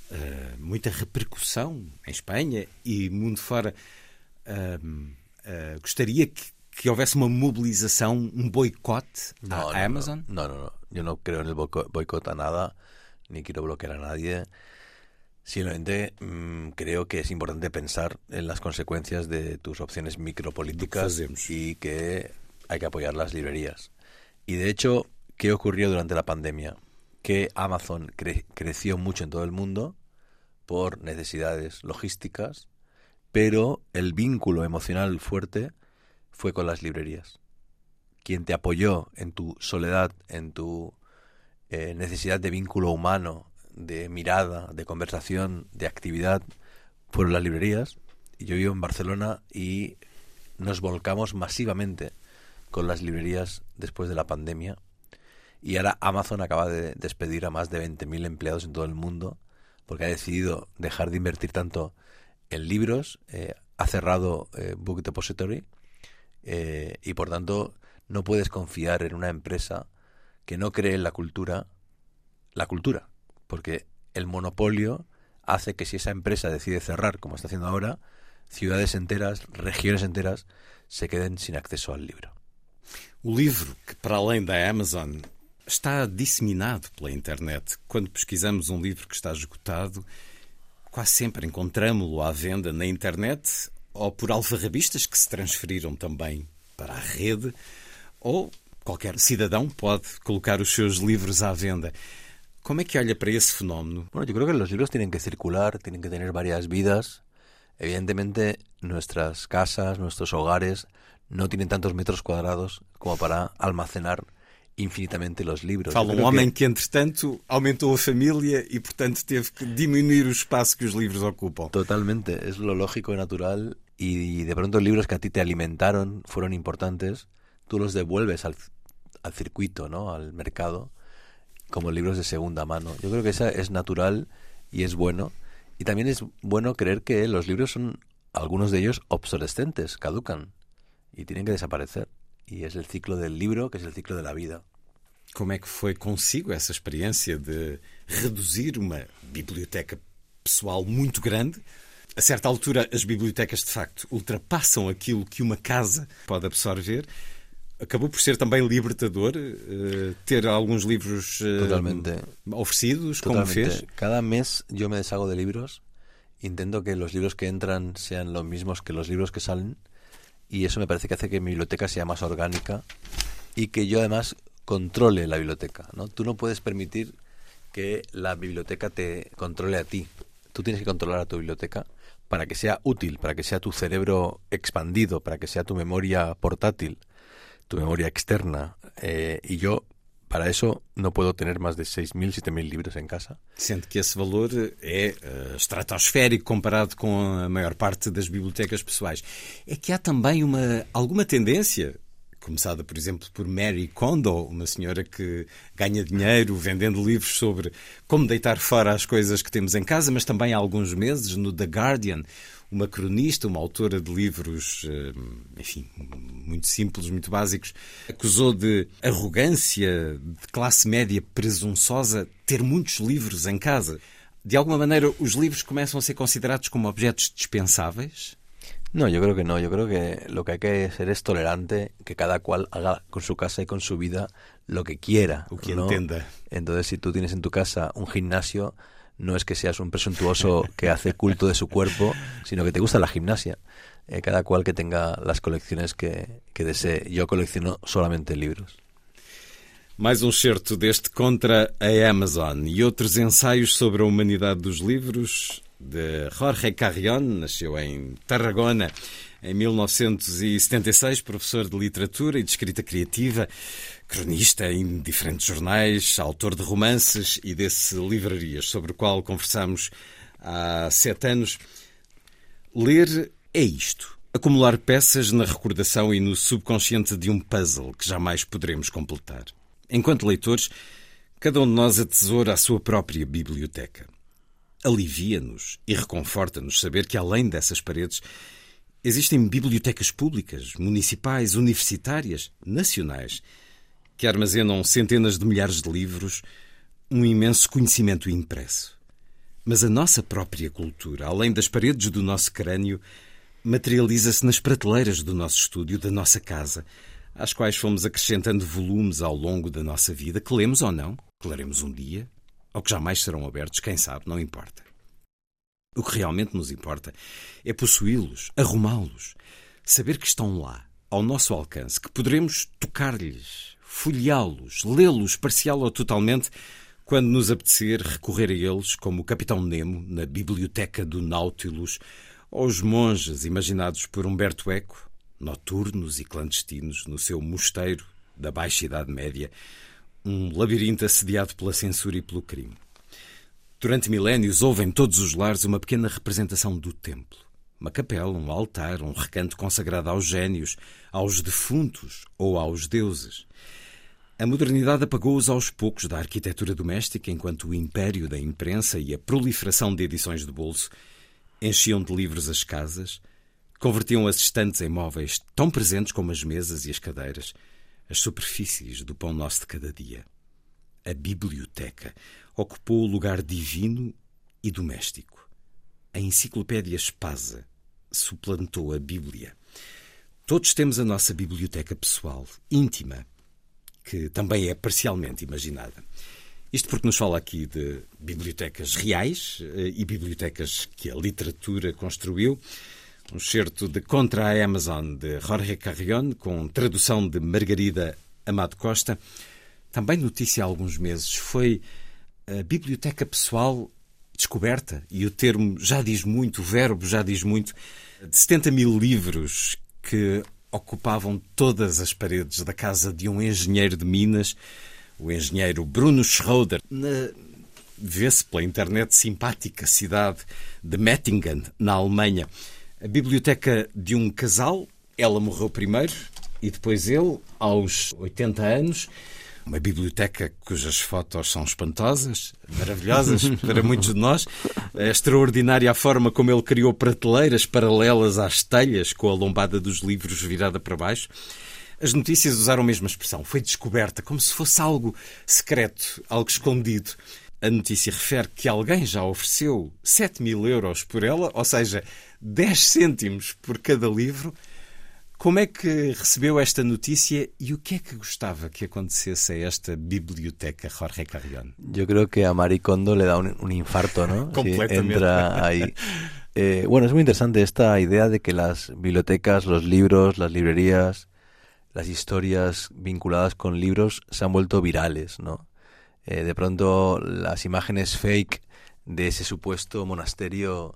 uh, muita repercussão em Espanha e mundo fora. Uh, uh, gostaria que, que houvesse uma mobilização, un boicote no, a no, Amazon? No, no, no. Yo no creo en el boicot a nada, ni quiero bloquear a nadie. Simplemente mmm, creo que es importante pensar en las consecuencias de tus opciones micropolíticas y que hay que apoyar las librerías. Y de hecho, ¿qué ocurrió durante la pandemia? Que Amazon cre- creció mucho en todo el mundo por necesidades logísticas, pero el vínculo emocional fuerte fue con las librerías. Quien te apoyó en tu soledad, en tu eh, necesidad de vínculo humano, de mirada, de conversación, de actividad, fueron las librerías. Yo vivo en Barcelona y nos volcamos masivamente con las librerías después de la pandemia. Y ahora Amazon acaba de despedir a más de veinte mil empleados en todo el mundo porque ha decidido dejar de invertir tanto en libros, eh, ha cerrado eh, Book Depository eh, y por tanto no puedes confiar en una empresa que no cree en la cultura, la cultura, porque el monopolio hace que si esa empresa decide cerrar, como está haciendo ahora, ciudades enteras, regiones enteras, se queden sin acceso al libro. O livro, que para além da Amazon está disseminado pela internet. Quando pesquisamos um livro que está esgotado, quase sempre encontramos-lo à venda na internet ou por alfarrabistas que se transferiram também para a rede, ou qualquer cidadão pode colocar os seus livros à venda. ¿Cómo es que olha para ese fenómeno? Bueno, yo creo que los libros tienen que circular, tienen que tener varias vidas. Evidentemente, nuestras casas, nuestros hogares no tienen tantos metros cuadrados como para almacenar infinitamente los libros. Fala um homem que... que, entretanto, aumentou a família e, portanto, teve que diminuir o espaço que os livros ocupam. Totalmente, es lo lógico y natural. Y de pronto libros que a ti te alimentaron, fueron importantes, tú los devuelves al, al circuito, ¿no? Al mercado, como libros de segunda mano. Yo creo que eso es natural y es bueno. Y también es bueno creer que los libros son, algunos de ellos, obsolescentes, caducan y tienen que desaparecer. Y es el ciclo del libro, que es el ciclo de la vida. Como é que foi consigo essa experiência de reduzir uma biblioteca pessoal muito grande? A certa altura, as bibliotecas, de facto, ultrapassam aquilo que uma casa pode absorver. Acabou por ser também libertador uh, ter alguns livros uh, oferecidos, como fez? Cada mes yo me deshago de libros, intento que los libros que entran sean los mismos que los libros que salen, y eso me parece que hace que mi biblioteca sea más orgánica y que yo además controle la biblioteca, ¿no? Tú no puedes permitir que la biblioteca te controle a ti. Tú tienes que controlar a tu biblioteca para que sea útil, para que sea tu cerebro expandido, para que sea tu memoria portátil, tu memoria externa, eh, y yo para eso no puedo tener más de seis mil, siete mil libros en casa. Sendo que esse valor é uh, estratosférico comparado com a maior parte das bibliotecas pessoais. É que há também uma, alguma tendência, começada, por exemplo, por Mary Kondo, uma senhora que ganha dinheiro vendendo livros sobre como deitar fora as coisas que temos em casa, mas também há alguns meses no The Guardian, uma cronista, uma autora de livros, enfim, muito simples, muito básicos, acusou de arrogância, de classe média presunçosa, ter muitos livros em casa. De alguma maneira, os livros começam a ser considerados como objetos dispensáveis? No, yo creo que no. Yo creo que lo que hay que ser es tolerante, que cada cual haga con su casa y con su vida lo que quiera, o que ¿no? entienda. Entonces, si tú tienes en tu casa un gimnasio, no es que seas un presuntuoso que hace culto de su cuerpo, sino que te gusta la gimnasia. Eh, cada cual que tenga las colecciones que, que desee. Yo colecciono solamente libros. Mais um certo deste Contra a Amazon e outros ensaios sobre a humanidade dos livros, de Jorge Carrión. Nasceu em Tarragona em mil novecentos e setenta e seis, professor de literatura e de escrita criativa, cronista em diferentes jornais, autor de romances e desse Livrarias, sobre o qual conversamos há sete anos. Ler é isto: acumular peças na recordação e no subconsciente de um puzzle que jamais poderemos completar. Enquanto leitores, cada um de nós atesoura a sua própria biblioteca. Alivia-nos e reconforta-nos saber que, além dessas paredes, existem bibliotecas públicas, municipais, universitárias, nacionais, que armazenam centenas de milhares de livros, um imenso conhecimento impresso. Mas a nossa própria cultura, além das paredes do nosso crânio, materializa-se nas prateleiras do nosso estúdio, da nossa casa, às quais fomos acrescentando volumes ao longo da nossa vida, que lemos ou não, que leremos um dia, ou que jamais serão abertos, quem sabe, não importa. O que realmente nos importa é possuí-los, arrumá-los, saber que estão lá, ao nosso alcance, que poderemos tocar-lhes, folheá-los, lê-los parcial ou totalmente, quando nos apetecer recorrer a eles, como o Capitão Nemo na biblioteca do Nautilus, ou os monges imaginados por Humberto Eco, noturnos e clandestinos no seu mosteiro da Baixa Idade Média, um labirinto assediado pela censura e pelo crime. Durante milénios houve em todos os lares uma pequena representação do templo. Uma capela, um altar, um recanto consagrado aos génios, aos defuntos ou aos deuses. A modernidade apagou-os aos poucos da arquitetura doméstica, enquanto o império da imprensa e a proliferação de edições de bolso enchiam de livros as casas, convertiam as estantes em móveis tão presentes como as mesas e as cadeiras, as superfícies do pão nosso de cada dia. A biblioteca ocupou o lugar divino e doméstico. A enciclopédia Espasa suplantou a Bíblia. Todos temos a nossa biblioteca pessoal, íntima, que também é parcialmente imaginada. Isto porque nos fala aqui de bibliotecas reais e bibliotecas que a literatura construiu. Um excerto de Contra a Amazon, de Jorge Carrión, com tradução de Margarida Amado Costa. Também notícia há alguns meses foi a biblioteca pessoal descoberta, e o termo já diz muito, o verbo já diz muito, de setenta mil livros que ocupavam todas as paredes da casa de um engenheiro de Minas, o engenheiro Bruno Schroeder, na, vê-se pela internet, simpática cidade de Mettingen, na Alemanha. A biblioteca de um casal, ela morreu primeiro e depois ele, aos oitenta anos. Uma biblioteca cujas fotos são espantosas, maravilhosas para muitos de nós. É extraordinária a forma como ele criou prateleiras paralelas às telhas, com a lombada dos livros virada para baixo. As notícias usaram a mesma expressão. Foi descoberta, como se fosse algo secreto, algo escondido. A notícia refere que alguém já ofereceu sete mil euros por ela, ou seja, dez cêntimos por cada livro. Como é que recebeu esta notícia e o que é que gostava que acontecesse a esta biblioteca, Jorge Carrión? Yo creo que a Marie Kondo le da un, un infarto, ¿no? Completamente. Si entra ahí. Eh, bueno, es muy interesante esta idea de que las bibliotecas, los libros, las librerías, las historias vinculadas con libros se han vuelto virales, ¿no? Eh, de pronto las imágenes fake de ese supuesto monasterio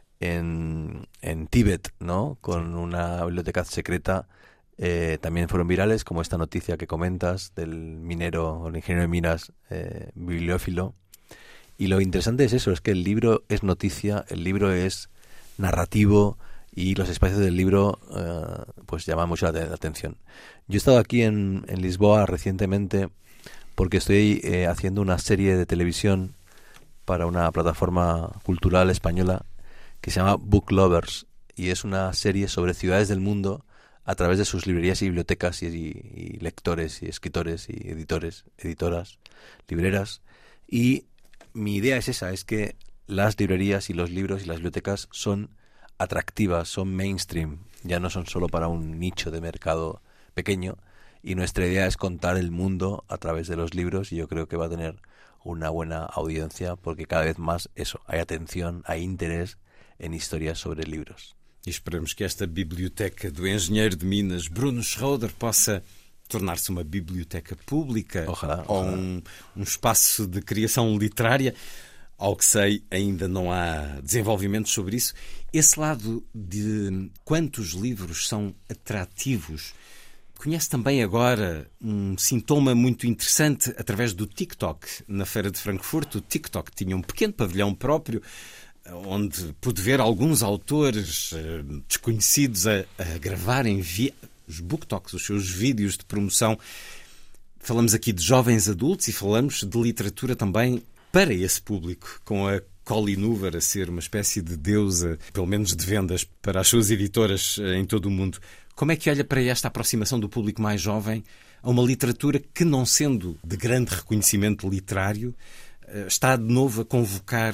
en, en Tíbet, ¿no? Con una biblioteca secreta, eh, también fueron virales, como esta noticia que comentas del minero, o el ingeniero de minas eh, bibliófilo. Y lo interesante es eso, es que el libro es noticia, el libro es narrativo y los espacios del libro eh, pues llaman mucho la, la atención. Yo he estado aquí en, en Lisboa recientemente porque estoy eh, haciendo una serie de televisión para una plataforma cultural española que se llama Book Lovers, y es una serie sobre ciudades del mundo a través de sus librerías y bibliotecas y, y lectores y escritores y editores, editoras, libreras. Y mi idea es esa, es que las librerías y los libros y las bibliotecas son atractivas, son mainstream, ya no son solo para un nicho de mercado pequeño, y nuestra idea es contar el mundo a través de los libros, y yo creo que va a tener una buena audiencia porque cada vez más eso, hay atención, hay interés en historias sobre libros. E esperamos que esta biblioteca do engenheiro de Minas, Bruno Schroeder, possa tornar-se uma biblioteca pública. Ojalá, ou ojalá. Um, um espaço de criação literária. Ao que sei, ainda não há desenvolvimentos sobre isso. Esse lado de quantos livros são atrativos, conhece também agora um sintoma muito interessante através do TikTok. Na Feira de Frankfurt, o TikTok tinha um pequeno pavilhão próprio, onde pude ver alguns autores uh, desconhecidos a, a gravarem vi- os booktalks, os seus vídeos de promoção. Falamos aqui de jovens adultos e falamos de literatura também para esse público, com a Colleen Hoover a ser uma espécie de deusa, pelo menos de vendas, para as suas editoras em todo o mundo. Como é que olha para esta aproximação do público mais jovem a uma literatura que, não sendo de grande reconhecimento literário, está de novo a convocar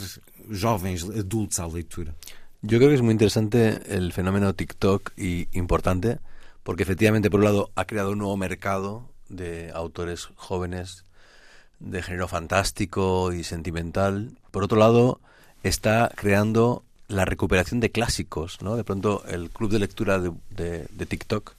jovens, adultos à leitura? Yo creo que es muy interesante el fenómeno TikTok y importante porque efectivamente, por un lado, ha creado un nuevo mercado de autores jóvenes de género fantástico y sentimental. Por otro lado, está creando la recuperación de clásicos, ¿no? De pronto, el club de lectura de, de, de TikTok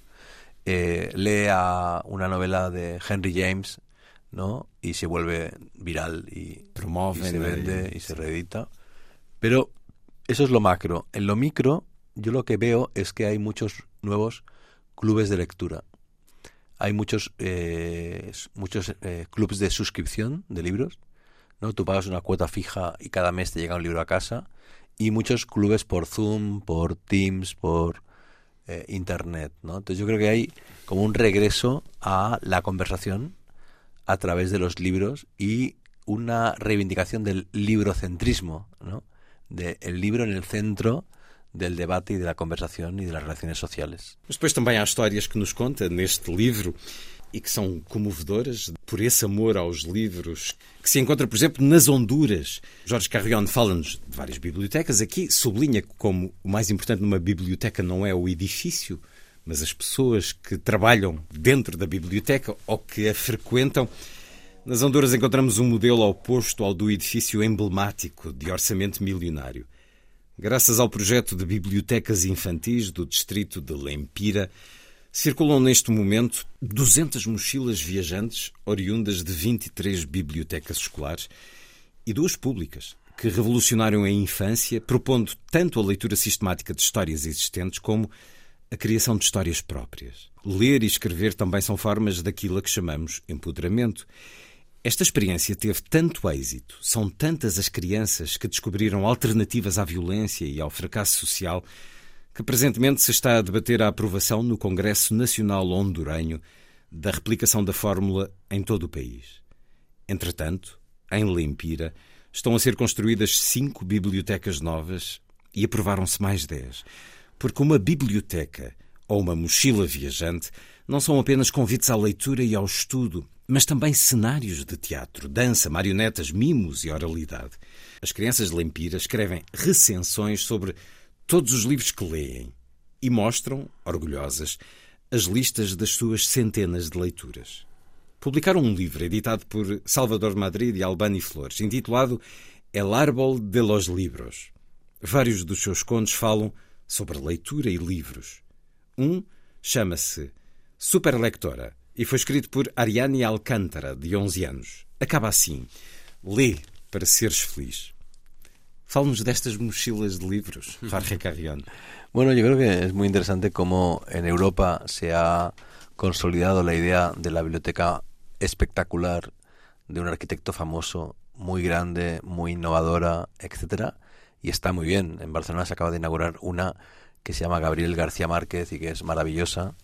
eh, lee a una novela de Henry James, ¿no? Y se vuelve viral y, y se vende y se reedita. Pero eso es lo macro. En lo micro, yo lo que veo es que hay muchos nuevos clubes de lectura. Hay muchos eh, muchos eh, clubes de suscripción de libros, ¿no? Tú pagas una cuota fija y cada mes te llega un libro a casa. Y muchos clubes por Zoom, por Teams, por eh, Internet, ¿no? Entonces yo creo que hay como un regreso a la conversación a través de los libros y una reivindicación del librocentrismo, ¿no? De el libro en el centro del debate e da conversação e das relações sociais. Mas depois também há histórias que nos conta neste livro e que são comovedoras por esse amor aos livros que se encontra, por exemplo, nas Honduras. Jorge Carrión fala-nos de várias bibliotecas. Aqui sublinha como o mais importante numa biblioteca não é o edifício, mas as pessoas que trabalham dentro da biblioteca ou que a frequentam. Nas Honduras encontramos um modelo oposto ao do edifício emblemático de orçamento milionário. Graças ao projeto de bibliotecas infantis do distrito de Lempira, circulam neste momento duzentas mochilas viajantes oriundas de vinte e três bibliotecas escolares e duas públicas, que revolucionaram a infância, propondo tanto a leitura sistemática de histórias existentes como a criação de histórias próprias. Ler e escrever também são formas daquilo a que chamamos empoderamento. Esta experiência teve tanto êxito, são tantas as crianças que descobriram alternativas à violência e ao fracasso social, que presentemente se está a debater a aprovação no Congresso Nacional Hondurenho da replicação da fórmula em todo o país. Entretanto, em Lempira, estão a ser construídas cinco bibliotecas novas e aprovaram-se mais dez, porque uma biblioteca ou uma mochila viajante não são apenas convites à leitura e ao estudo, mas também cenários de teatro, dança, marionetas, mimos e oralidade. As crianças de Lempira escrevem recensões sobre todos os livros que leem e mostram, orgulhosas, as listas das suas centenas de leituras. Publicaram um livro editado por Salvador Madrid e Albani Flores, intitulado El Árbol de los Libros. Vários dos seus contos falam sobre leitura e livros. Um chama-se Superlectora e foi escrito por Ariane Alcântara, de onze anos. Acaba assim: lê para seres feliz. Fala-nos destas mochilas de libros, Jorge Carrión. Bueno, yo creo que es muy interesante cómo en Europa se ha consolidado la idea de la biblioteca espectacular de un arquitecto famoso, muy grande, muy innovadora, etcétera. Y está muy bien. En Barcelona se acaba de inaugurar una que se llama Gabriel García Márquez y que es maravillosa.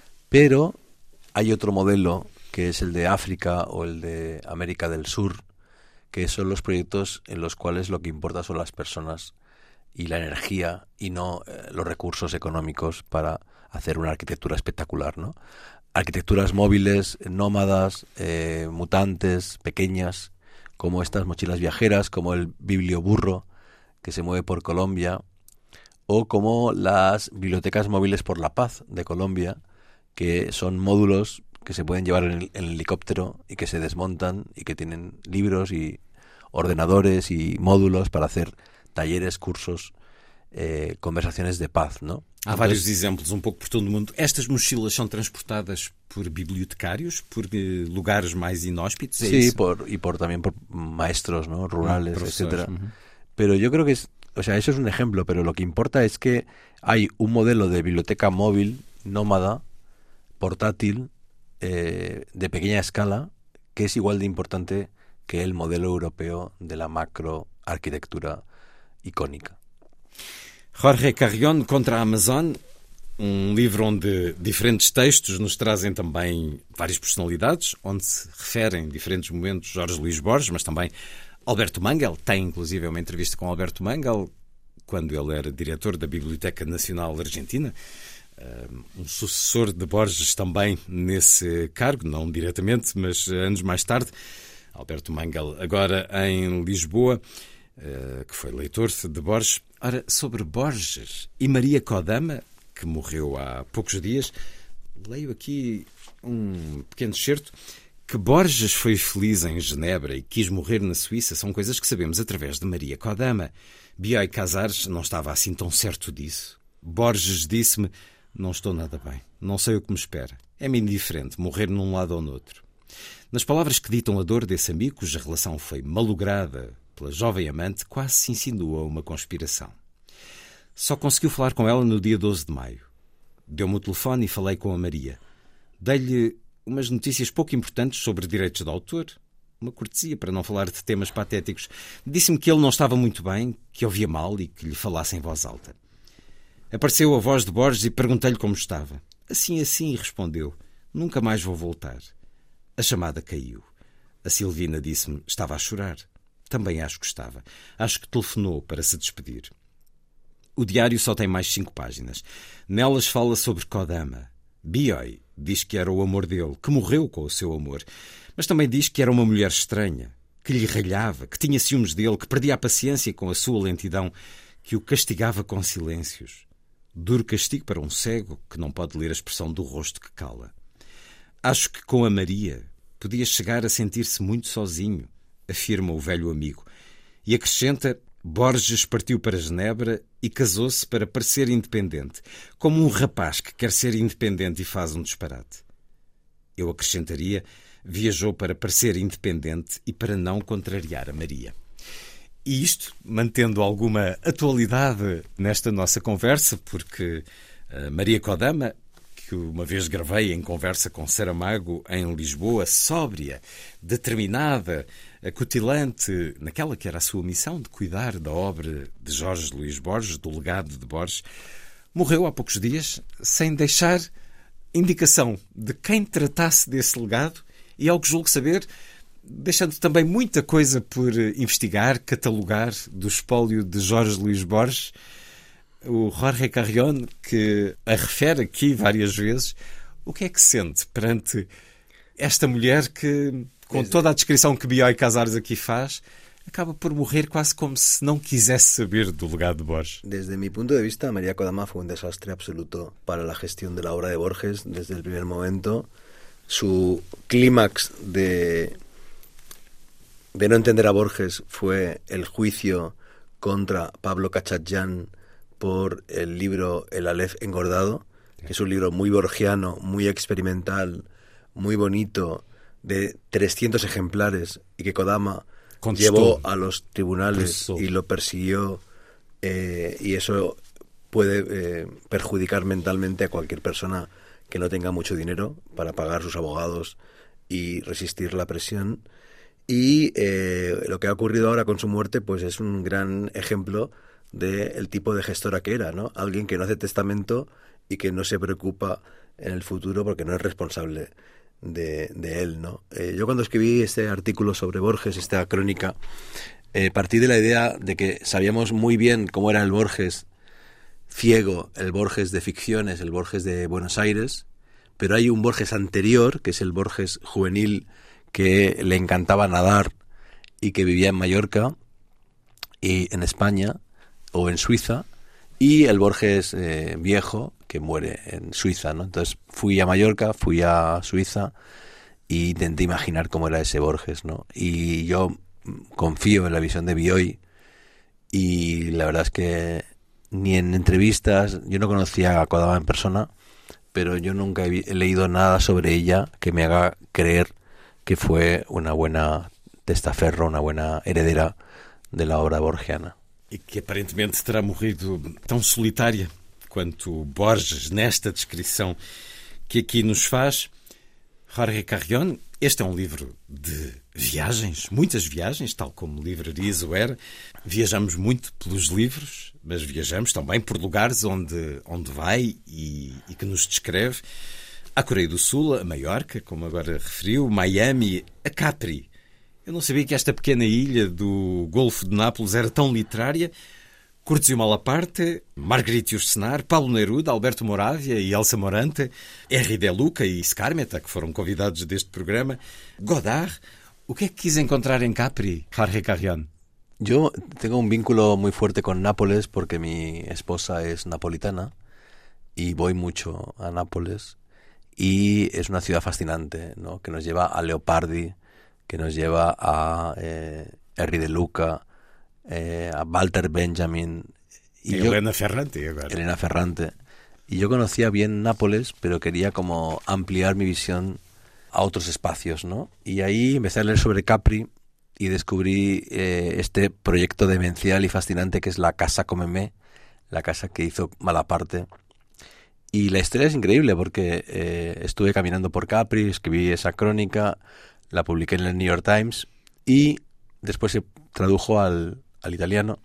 Pero hay otro modelo que es el de África o el de América del Sur, que son los proyectos en los cuales lo que importa son las personas y la energía y no eh, los recursos económicos para hacer una arquitectura espectacular, ¿no? Arquitecturas móviles, nómadas, eh, mutantes, pequeñas, como estas mochilas viajeras, como el biblioburro que se mueve por Colombia, o como las bibliotecas móviles por la paz de Colombia, que son módulos que se pueden llevar en el, en el helicóptero y que se desmontan y que tienen libros y ordenadores y módulos para hacer talleres, cursos, eh, conversaciones de paz, ¿no? Há vários exemplos um pouco por todo o mundo. Estas mochilas são transportadas por bibliotecários, por eh, lugares mais inhóspitos, ¿es sí, eso? por, y por también por maestros, ¿no? Rurales, ah, etcétera. Uh-huh. Pero yo creo que es, o sea, eso es un ejemplo, pero lo que importa es que hay un modelo de biblioteca móvil, nómada, portátil, eh, de pequeña escala, que es igual de importante que el modelo europeo de la macroarquitectura icónica. Jorge Carrión contra a Amazon, um livro onde diferentes textos nos trazem também várias personalidades, onde se referem diferentes momentos Jorge Luís Borges, mas também Alberto Mangel. Tem inclusive uma entrevista com Alberto Mangel quando ele era diretor da Biblioteca Nacional Argentina, um sucessor de Borges também nesse cargo, não diretamente, mas anos mais tarde. Alberto Mangel agora em Lisboa. que foi leitor de Borges. Ora, sobre Borges e Maria Kodama, que morreu há poucos dias, leio aqui um pequeno excerto. Que Borges foi feliz em Genebra e quis morrer na Suíça são coisas que sabemos através de Maria Kodama. Bioy Casares não estava assim tão certo disso. Borges disse-me: não estou nada bem, não sei o que me espera. É-me indiferente morrer num lado ou no outro. Nas palavras que ditam a dor desse amigo, cuja relação foi malograda pela jovem amante, quase se insinua uma conspiração. Só conseguiu falar com ela no dia doze de maio. Deu-me o telefone e falei com a Maria. Dei-lhe umas notícias pouco importantes sobre direitos de autor, uma cortesia para não falar de temas patéticos. Disse-me que ele não estava muito bem, que ouvia mal e que lhe falasse em voz alta. Apareceu a voz de Borges e perguntei-lhe como estava. Assim, assim, respondeu. Nunca mais vou voltar. A chamada caiu. A Silvina disse-me, estava a chorar. Também acho que estava. Acho que telefonou para se despedir. O diário só tem mais cinco páginas. Nelas fala sobre Kodama. Bioy diz que era o amor dele, que morreu com o seu amor. Mas também diz que era uma mulher estranha, que lhe ralhava, que tinha ciúmes dele, que perdia a paciência com a sua lentidão, que o castigava com silêncios. Duro castigo para um cego que não pode ler a expressão do rosto que cala. Acho que com a Maria podia chegar a sentir-se muito sozinho, afirma o velho amigo. E acrescenta, Borges partiu para Genebra e casou-se para parecer independente, como um rapaz que quer ser independente e faz um disparate. Eu acrescentaria, viajou para parecer independente e para não contrariar a Maria. E isto, mantendo alguma atualidade nesta nossa conversa, porque a Maria Kodama, que uma vez gravei em conversa com Saramago em Lisboa, sóbria, determinada, acutilante, naquela que era a sua missão de cuidar da obra de Jorge Luís Borges, do legado de Borges, morreu há poucos dias sem deixar indicação de quem tratasse desse legado e, ao que julgo saber, deixando também muita coisa por investigar, catalogar do espólio de Jorge Luís Borges. O Jorge Carrión, que a refere aqui várias vezes, o que é que sente perante esta mulher que, com toda a descrição que Bioy Casares aquí faz, acaba por morrer quase como se não quisesse saber do legado de Borges? Desde mi punto de vista, María Kodama fue un desastre absoluto para la gestión de la obra de Borges desde el primer momento. Su clímax de, de no entender a Borges fue el juicio contra Pablo Cachatján por el libro El Aleph engordado, que es un libro muy borgiano, muy experimental, muy bonito, de trescientos ejemplares, y que Kodama Contestó. llevó a los tribunales Contestó. y lo persiguió, eh, y eso puede eh, perjudicar mentalmente a cualquier persona que no tenga mucho dinero para pagar sus abogados y resistir la presión. Y eh, lo que ha ocurrido ahora con su muerte pues es un gran ejemplo del tipo de gestora que era, ¿no? Alguien que no hace testamento y que no se preocupa en el futuro porque no es responsable de, de él, ¿no? Eh, yo cuando escribí este artículo sobre Borges, esta crónica, eh, partí de la idea de que sabíamos muy bien cómo era el Borges ciego, el Borges de ficciones, el Borges de Buenos Aires, pero hay un Borges anterior, que es el Borges juvenil, que le encantaba nadar y que vivía en Mallorca y en España o en Suiza, y el Borges eh, viejo que muere en Suiza, ¿no? Entonces fui a Mallorca, fui a Suiza e intenté imaginar cómo era ese Borges, ¿no? Y yo confío en la visión de Bioy, y la verdad es que ni en entrevistas, yo no conocía a Kodama en persona, pero yo nunca he, he leído nada sobre ella que me haga creer que fue una buena testaferro, una buena heredera de la obra borgiana. E que aparentemente terá morrido tão solitária quanto Borges nesta descrição que aqui nos faz. Jorge Carrión, este é um livro de viagens, muitas viagens, tal como Livrarias o era. Viajamos muito pelos livros, mas viajamos também por lugares onde, onde vai e, e que nos descreve. A Coreia do Sul, a Maiorca, como agora referiu, Miami, a Capri. Eu não sabia que esta pequena ilha do Golfo de Nápoles era tão literária. Curzio Malaparte, Marguerite Yourcenar, Pablo Neruda, Alberto Moravia e Elsa Morante, R. De Luca e Scarmeta, que foram convidados deste programa, Godard. O que é que quis encontrar em Capri, Jorge Carrión? Yo tengo un vínculo muy fuerte con Nápoles porque mi esposa es napolitana y voy mucho a Nápoles y es una ciudad fascinante, ¿no? Que nos lleva a Leopardi, que nos lleva a eh, Henri de Luca, eh, a Walter Benjamin. Y Elena yo, Ferrante. Agora. Elena Ferrante. Y yo conocía bien Nápoles, pero quería como ampliar mi visión a otros espacios, ¿no? Y ahí empecé a leer sobre Capri y descubrí eh, este proyecto demencial y fascinante que es la Casa Comeme, la casa que hizo Malaparte. Y la historia es increíble porque eh, estuve caminando por Capri, escribí esa crónica, la publiqué en el New York Times y después se tradujo al, al italiano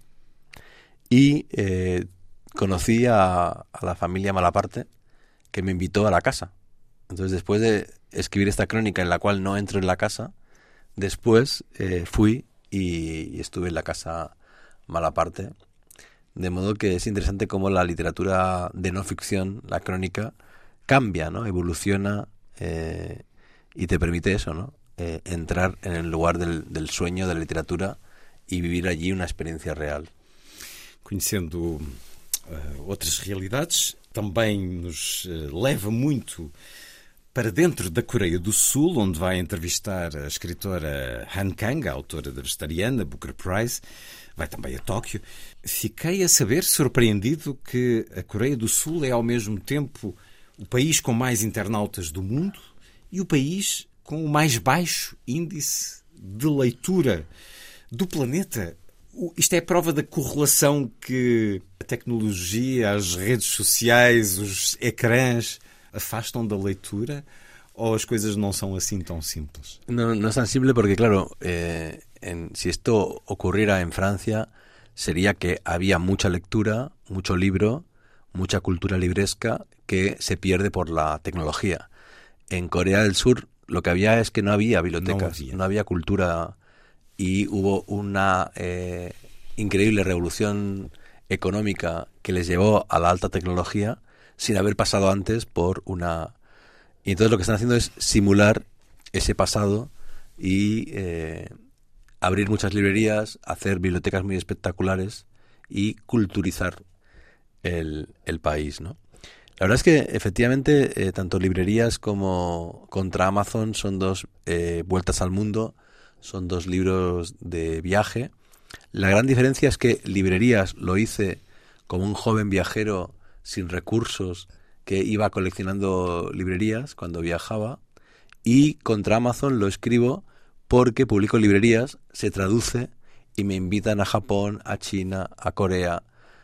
y eh, conocí a, a la familia Malaparte que me invitó a la casa. Entonces, después de escribir esta crónica en la cual no entro en la casa, después eh, fui y, y estuve en la casa Malaparte. De modo que es interesante cómo la literatura de no ficción, la crónica, cambia, ¿no? Evoluciona eh, y te permite eso, ¿no? Eh, entrar en el lugar del, del sueño de la literatura y vivir allí una experiencia real. Conhecendo uh, outras realidades, também nos uh, leva muito para dentro da Coreia do Sul, onde vai entrevistar a escritora Han Kang, a autora da Vegetariana, Booker Prize. Vai também a Tóquio. Fiquei a saber, surpreendido, que a Coreia do Sul é ao mesmo tempo o país com mais internautas do mundo e o país com o mais baixo índice de leitura do planeta. Isto é prova da correlação que a tecnologia, as redes sociais, os ecrãs afastam da leitura, ou as coisas não são assim tão simples? No, no es tan simple porque, claro, eh, en, si esto ocurriera en Francia, sería que había mucha lectura, mucho libro, mucha cultura libresca que se pierde por la tecnología. En Corea del Sur lo que había es que no había bibliotecas, no había, no había cultura y hubo una eh, increíble revolución económica que les llevó a la alta tecnología sin haber pasado antes por una... Y entonces lo que están haciendo es simular ese pasado y eh, abrir muchas librerías, hacer bibliotecas muy espectaculares y culturizar el, el país, ¿no? La verdad es que efectivamente eh, tanto librerías como Contra Amazon son dos eh, vueltas al mundo, son dos libros de viaje. La gran diferencia es que librerías lo hice como un joven viajero sin recursos que iba coleccionando librerías cuando viajaba, y Contra Amazon lo escribo porque publico librerías, se traduce y me invitan a Japón, a China, a Corea,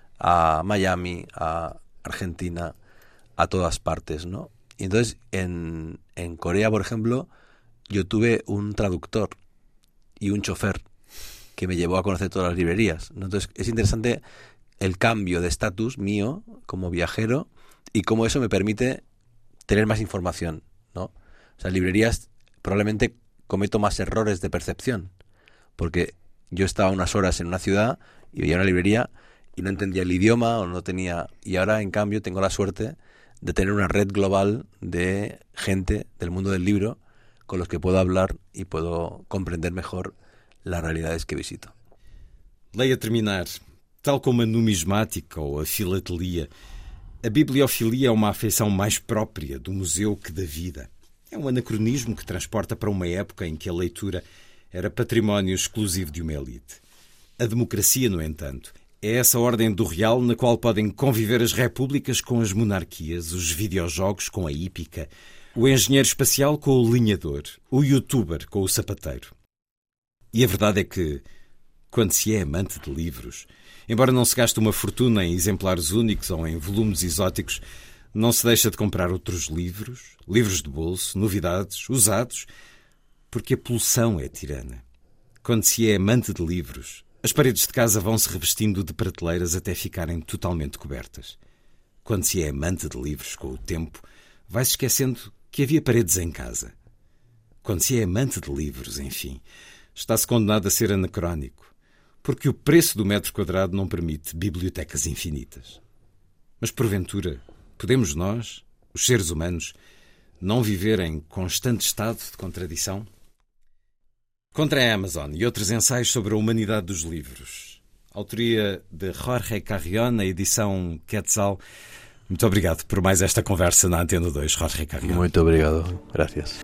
a Miami, a Argentina, a todas partes, ¿no? Y entonces en, en Corea, por ejemplo, yo tuve un traductor y un chofer que me llevó a conocer todas las librerías, ¿no? Entonces es interesante el cambio de estatus mío como viajero y cómo eso me permite tener más información, ¿no? O sea, librerías probablemente cometo más errores de percepción, porque yo estaba unas horas en una ciudad y veía una librería y no entendía el idioma o no tenía... Y ahora, en cambio, tengo la suerte de tener una red global de gente del mundo del libro con los que puedo hablar y puedo comprender mejor las realidades que visito. Leia terminar. Tal como a numismática ou a filatelia, a bibliofilia é uma afeição mais própria do museu que da vida. É um anacronismo que transporta para uma época em que a leitura era património exclusivo de uma elite. A democracia, no entanto, é essa ordem do real na qual podem conviver as repúblicas com as monarquias, os videojogos com a hípica, o engenheiro espacial com o linhador, o youtuber com o sapateiro. E a verdade é que, quando se é amante de livros, embora não se gaste uma fortuna em exemplares únicos ou em volumes exóticos, não se deixa de comprar outros livros, livros de bolso, novidades, usados, porque a poluição é tirana. Quando se é amante de livros, as paredes de casa vão se revestindo de prateleiras até ficarem totalmente cobertas. Quando se é amante de livros, com o tempo, vai-se esquecendo que havia paredes em casa. Quando se é amante de livros, enfim, está-se condenado a ser anacrónico, porque o preço do metro quadrado não permite bibliotecas infinitas. Mas, porventura, podemos nós, os seres humanos, não viver em constante estado de contradição? Contra a Amazon e outros ensaios sobre a humanidade dos livros. Autoria de Jorge Carrión, na edição Quetzal. Muito obrigado por mais esta conversa na Antena dois, Jorge Carrión. Muito obrigado. Gracias.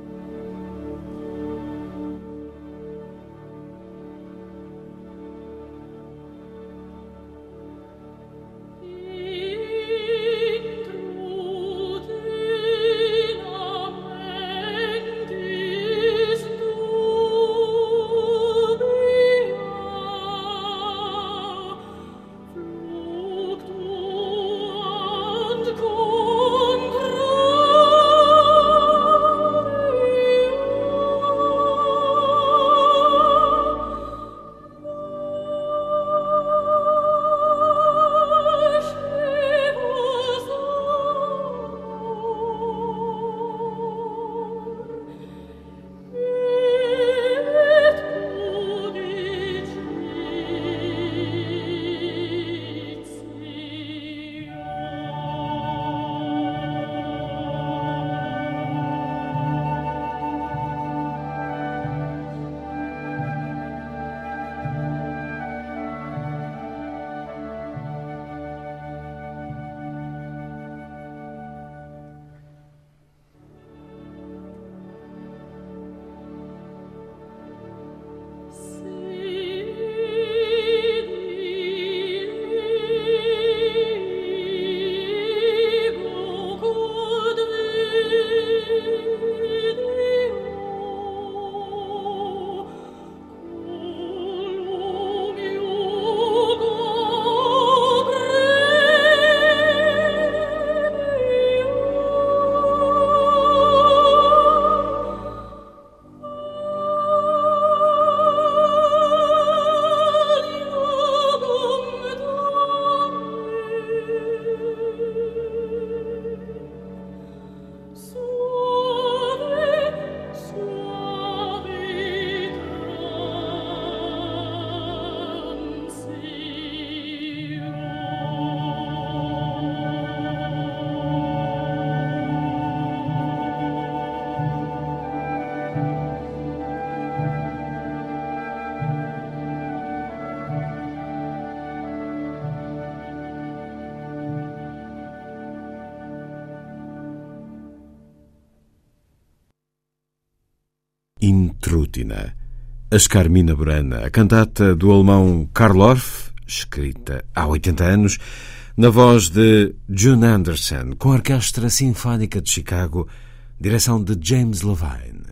Intrutina. A Carmina Burana, a cantata do alemão Karl Orff, escrita há oitenta anos, na voz de June Anderson, com a Orquestra Sinfónica de Chicago, direção de James Levine.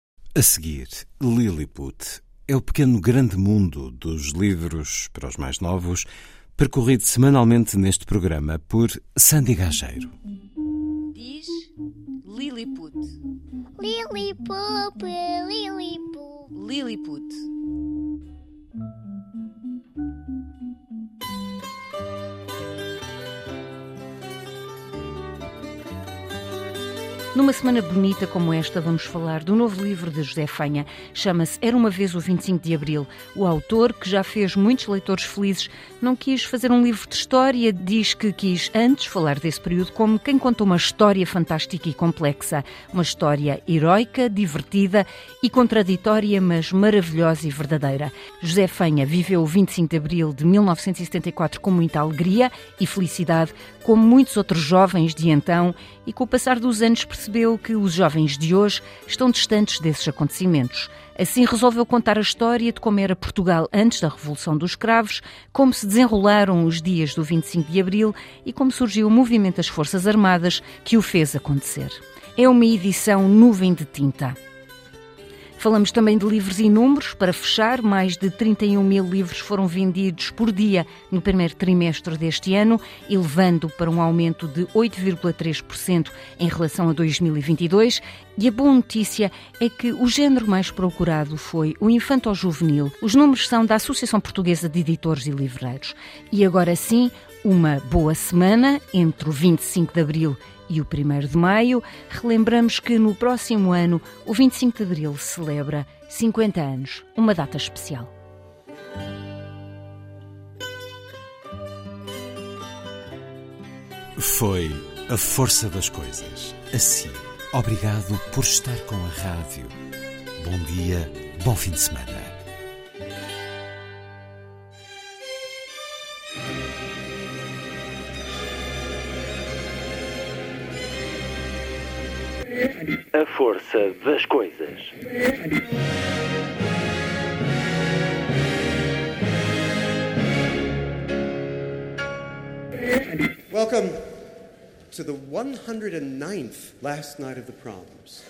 A seguir, Lilliput é o pequeno grande mundo dos livros para os mais novos, percorrido semanalmente neste programa por Sandy Gageiro. Diz Lilliput. Lilliput, Lilliput. Lilliput. Numa semana bonita como esta, vamos falar do novo livro de José Fainha. Chama-se Era uma vez o vinte e cinco de Abril. O autor, que já fez muitos leitores felizes, não quis fazer um livro de história, diz que quis antes falar desse período como quem conta uma história fantástica e complexa. Uma história heroica, divertida e contraditória, mas maravilhosa e verdadeira. José Fainha viveu o vinte e cinco de Abril de mil novecentos e setenta e quatro com muita alegria e felicidade, como muitos outros jovens de então, e com o passar dos anos percebeu que os jovens de hoje estão distantes desses acontecimentos. Assim resolveu contar a história de como era Portugal antes da Revolução dos Cravos, como se desenrolaram os dias do vinte e cinco de Abril e como surgiu o movimento das Forças Armadas que o fez acontecer. É uma edição nuvem de tinta. Falamos também de livros e números. Para fechar, mais de trinta e um mil livros foram vendidos por dia no primeiro trimestre deste ano, elevando para um aumento de oito vírgula três por cento em relação a dois mil e vinte e dois. E a boa notícia é que o género mais procurado foi o infanto-juvenil. Os números são da Associação Portuguesa de Editores e Livreiros. E agora sim, uma boa semana entre o vinte e cinco de Abril e o primeiro de Maio. Relembramos que no próximo ano o vinte e cinco de Abril celebra cinquenta anos, uma data especial. Foi A Força das Coisas. Assim, obrigado por estar com a rádio. Bom dia, Bom fim de semana. A força das coisas. Welcome to the one hundred ninth last night of the proms.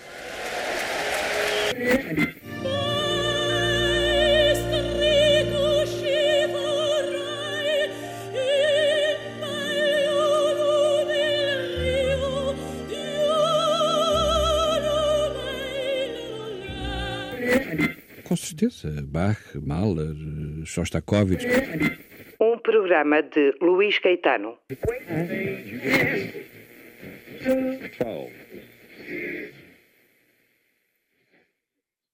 Com certeza, Bach, Mahler, Shostakovich. Um programa de Luís Caetano. twelve.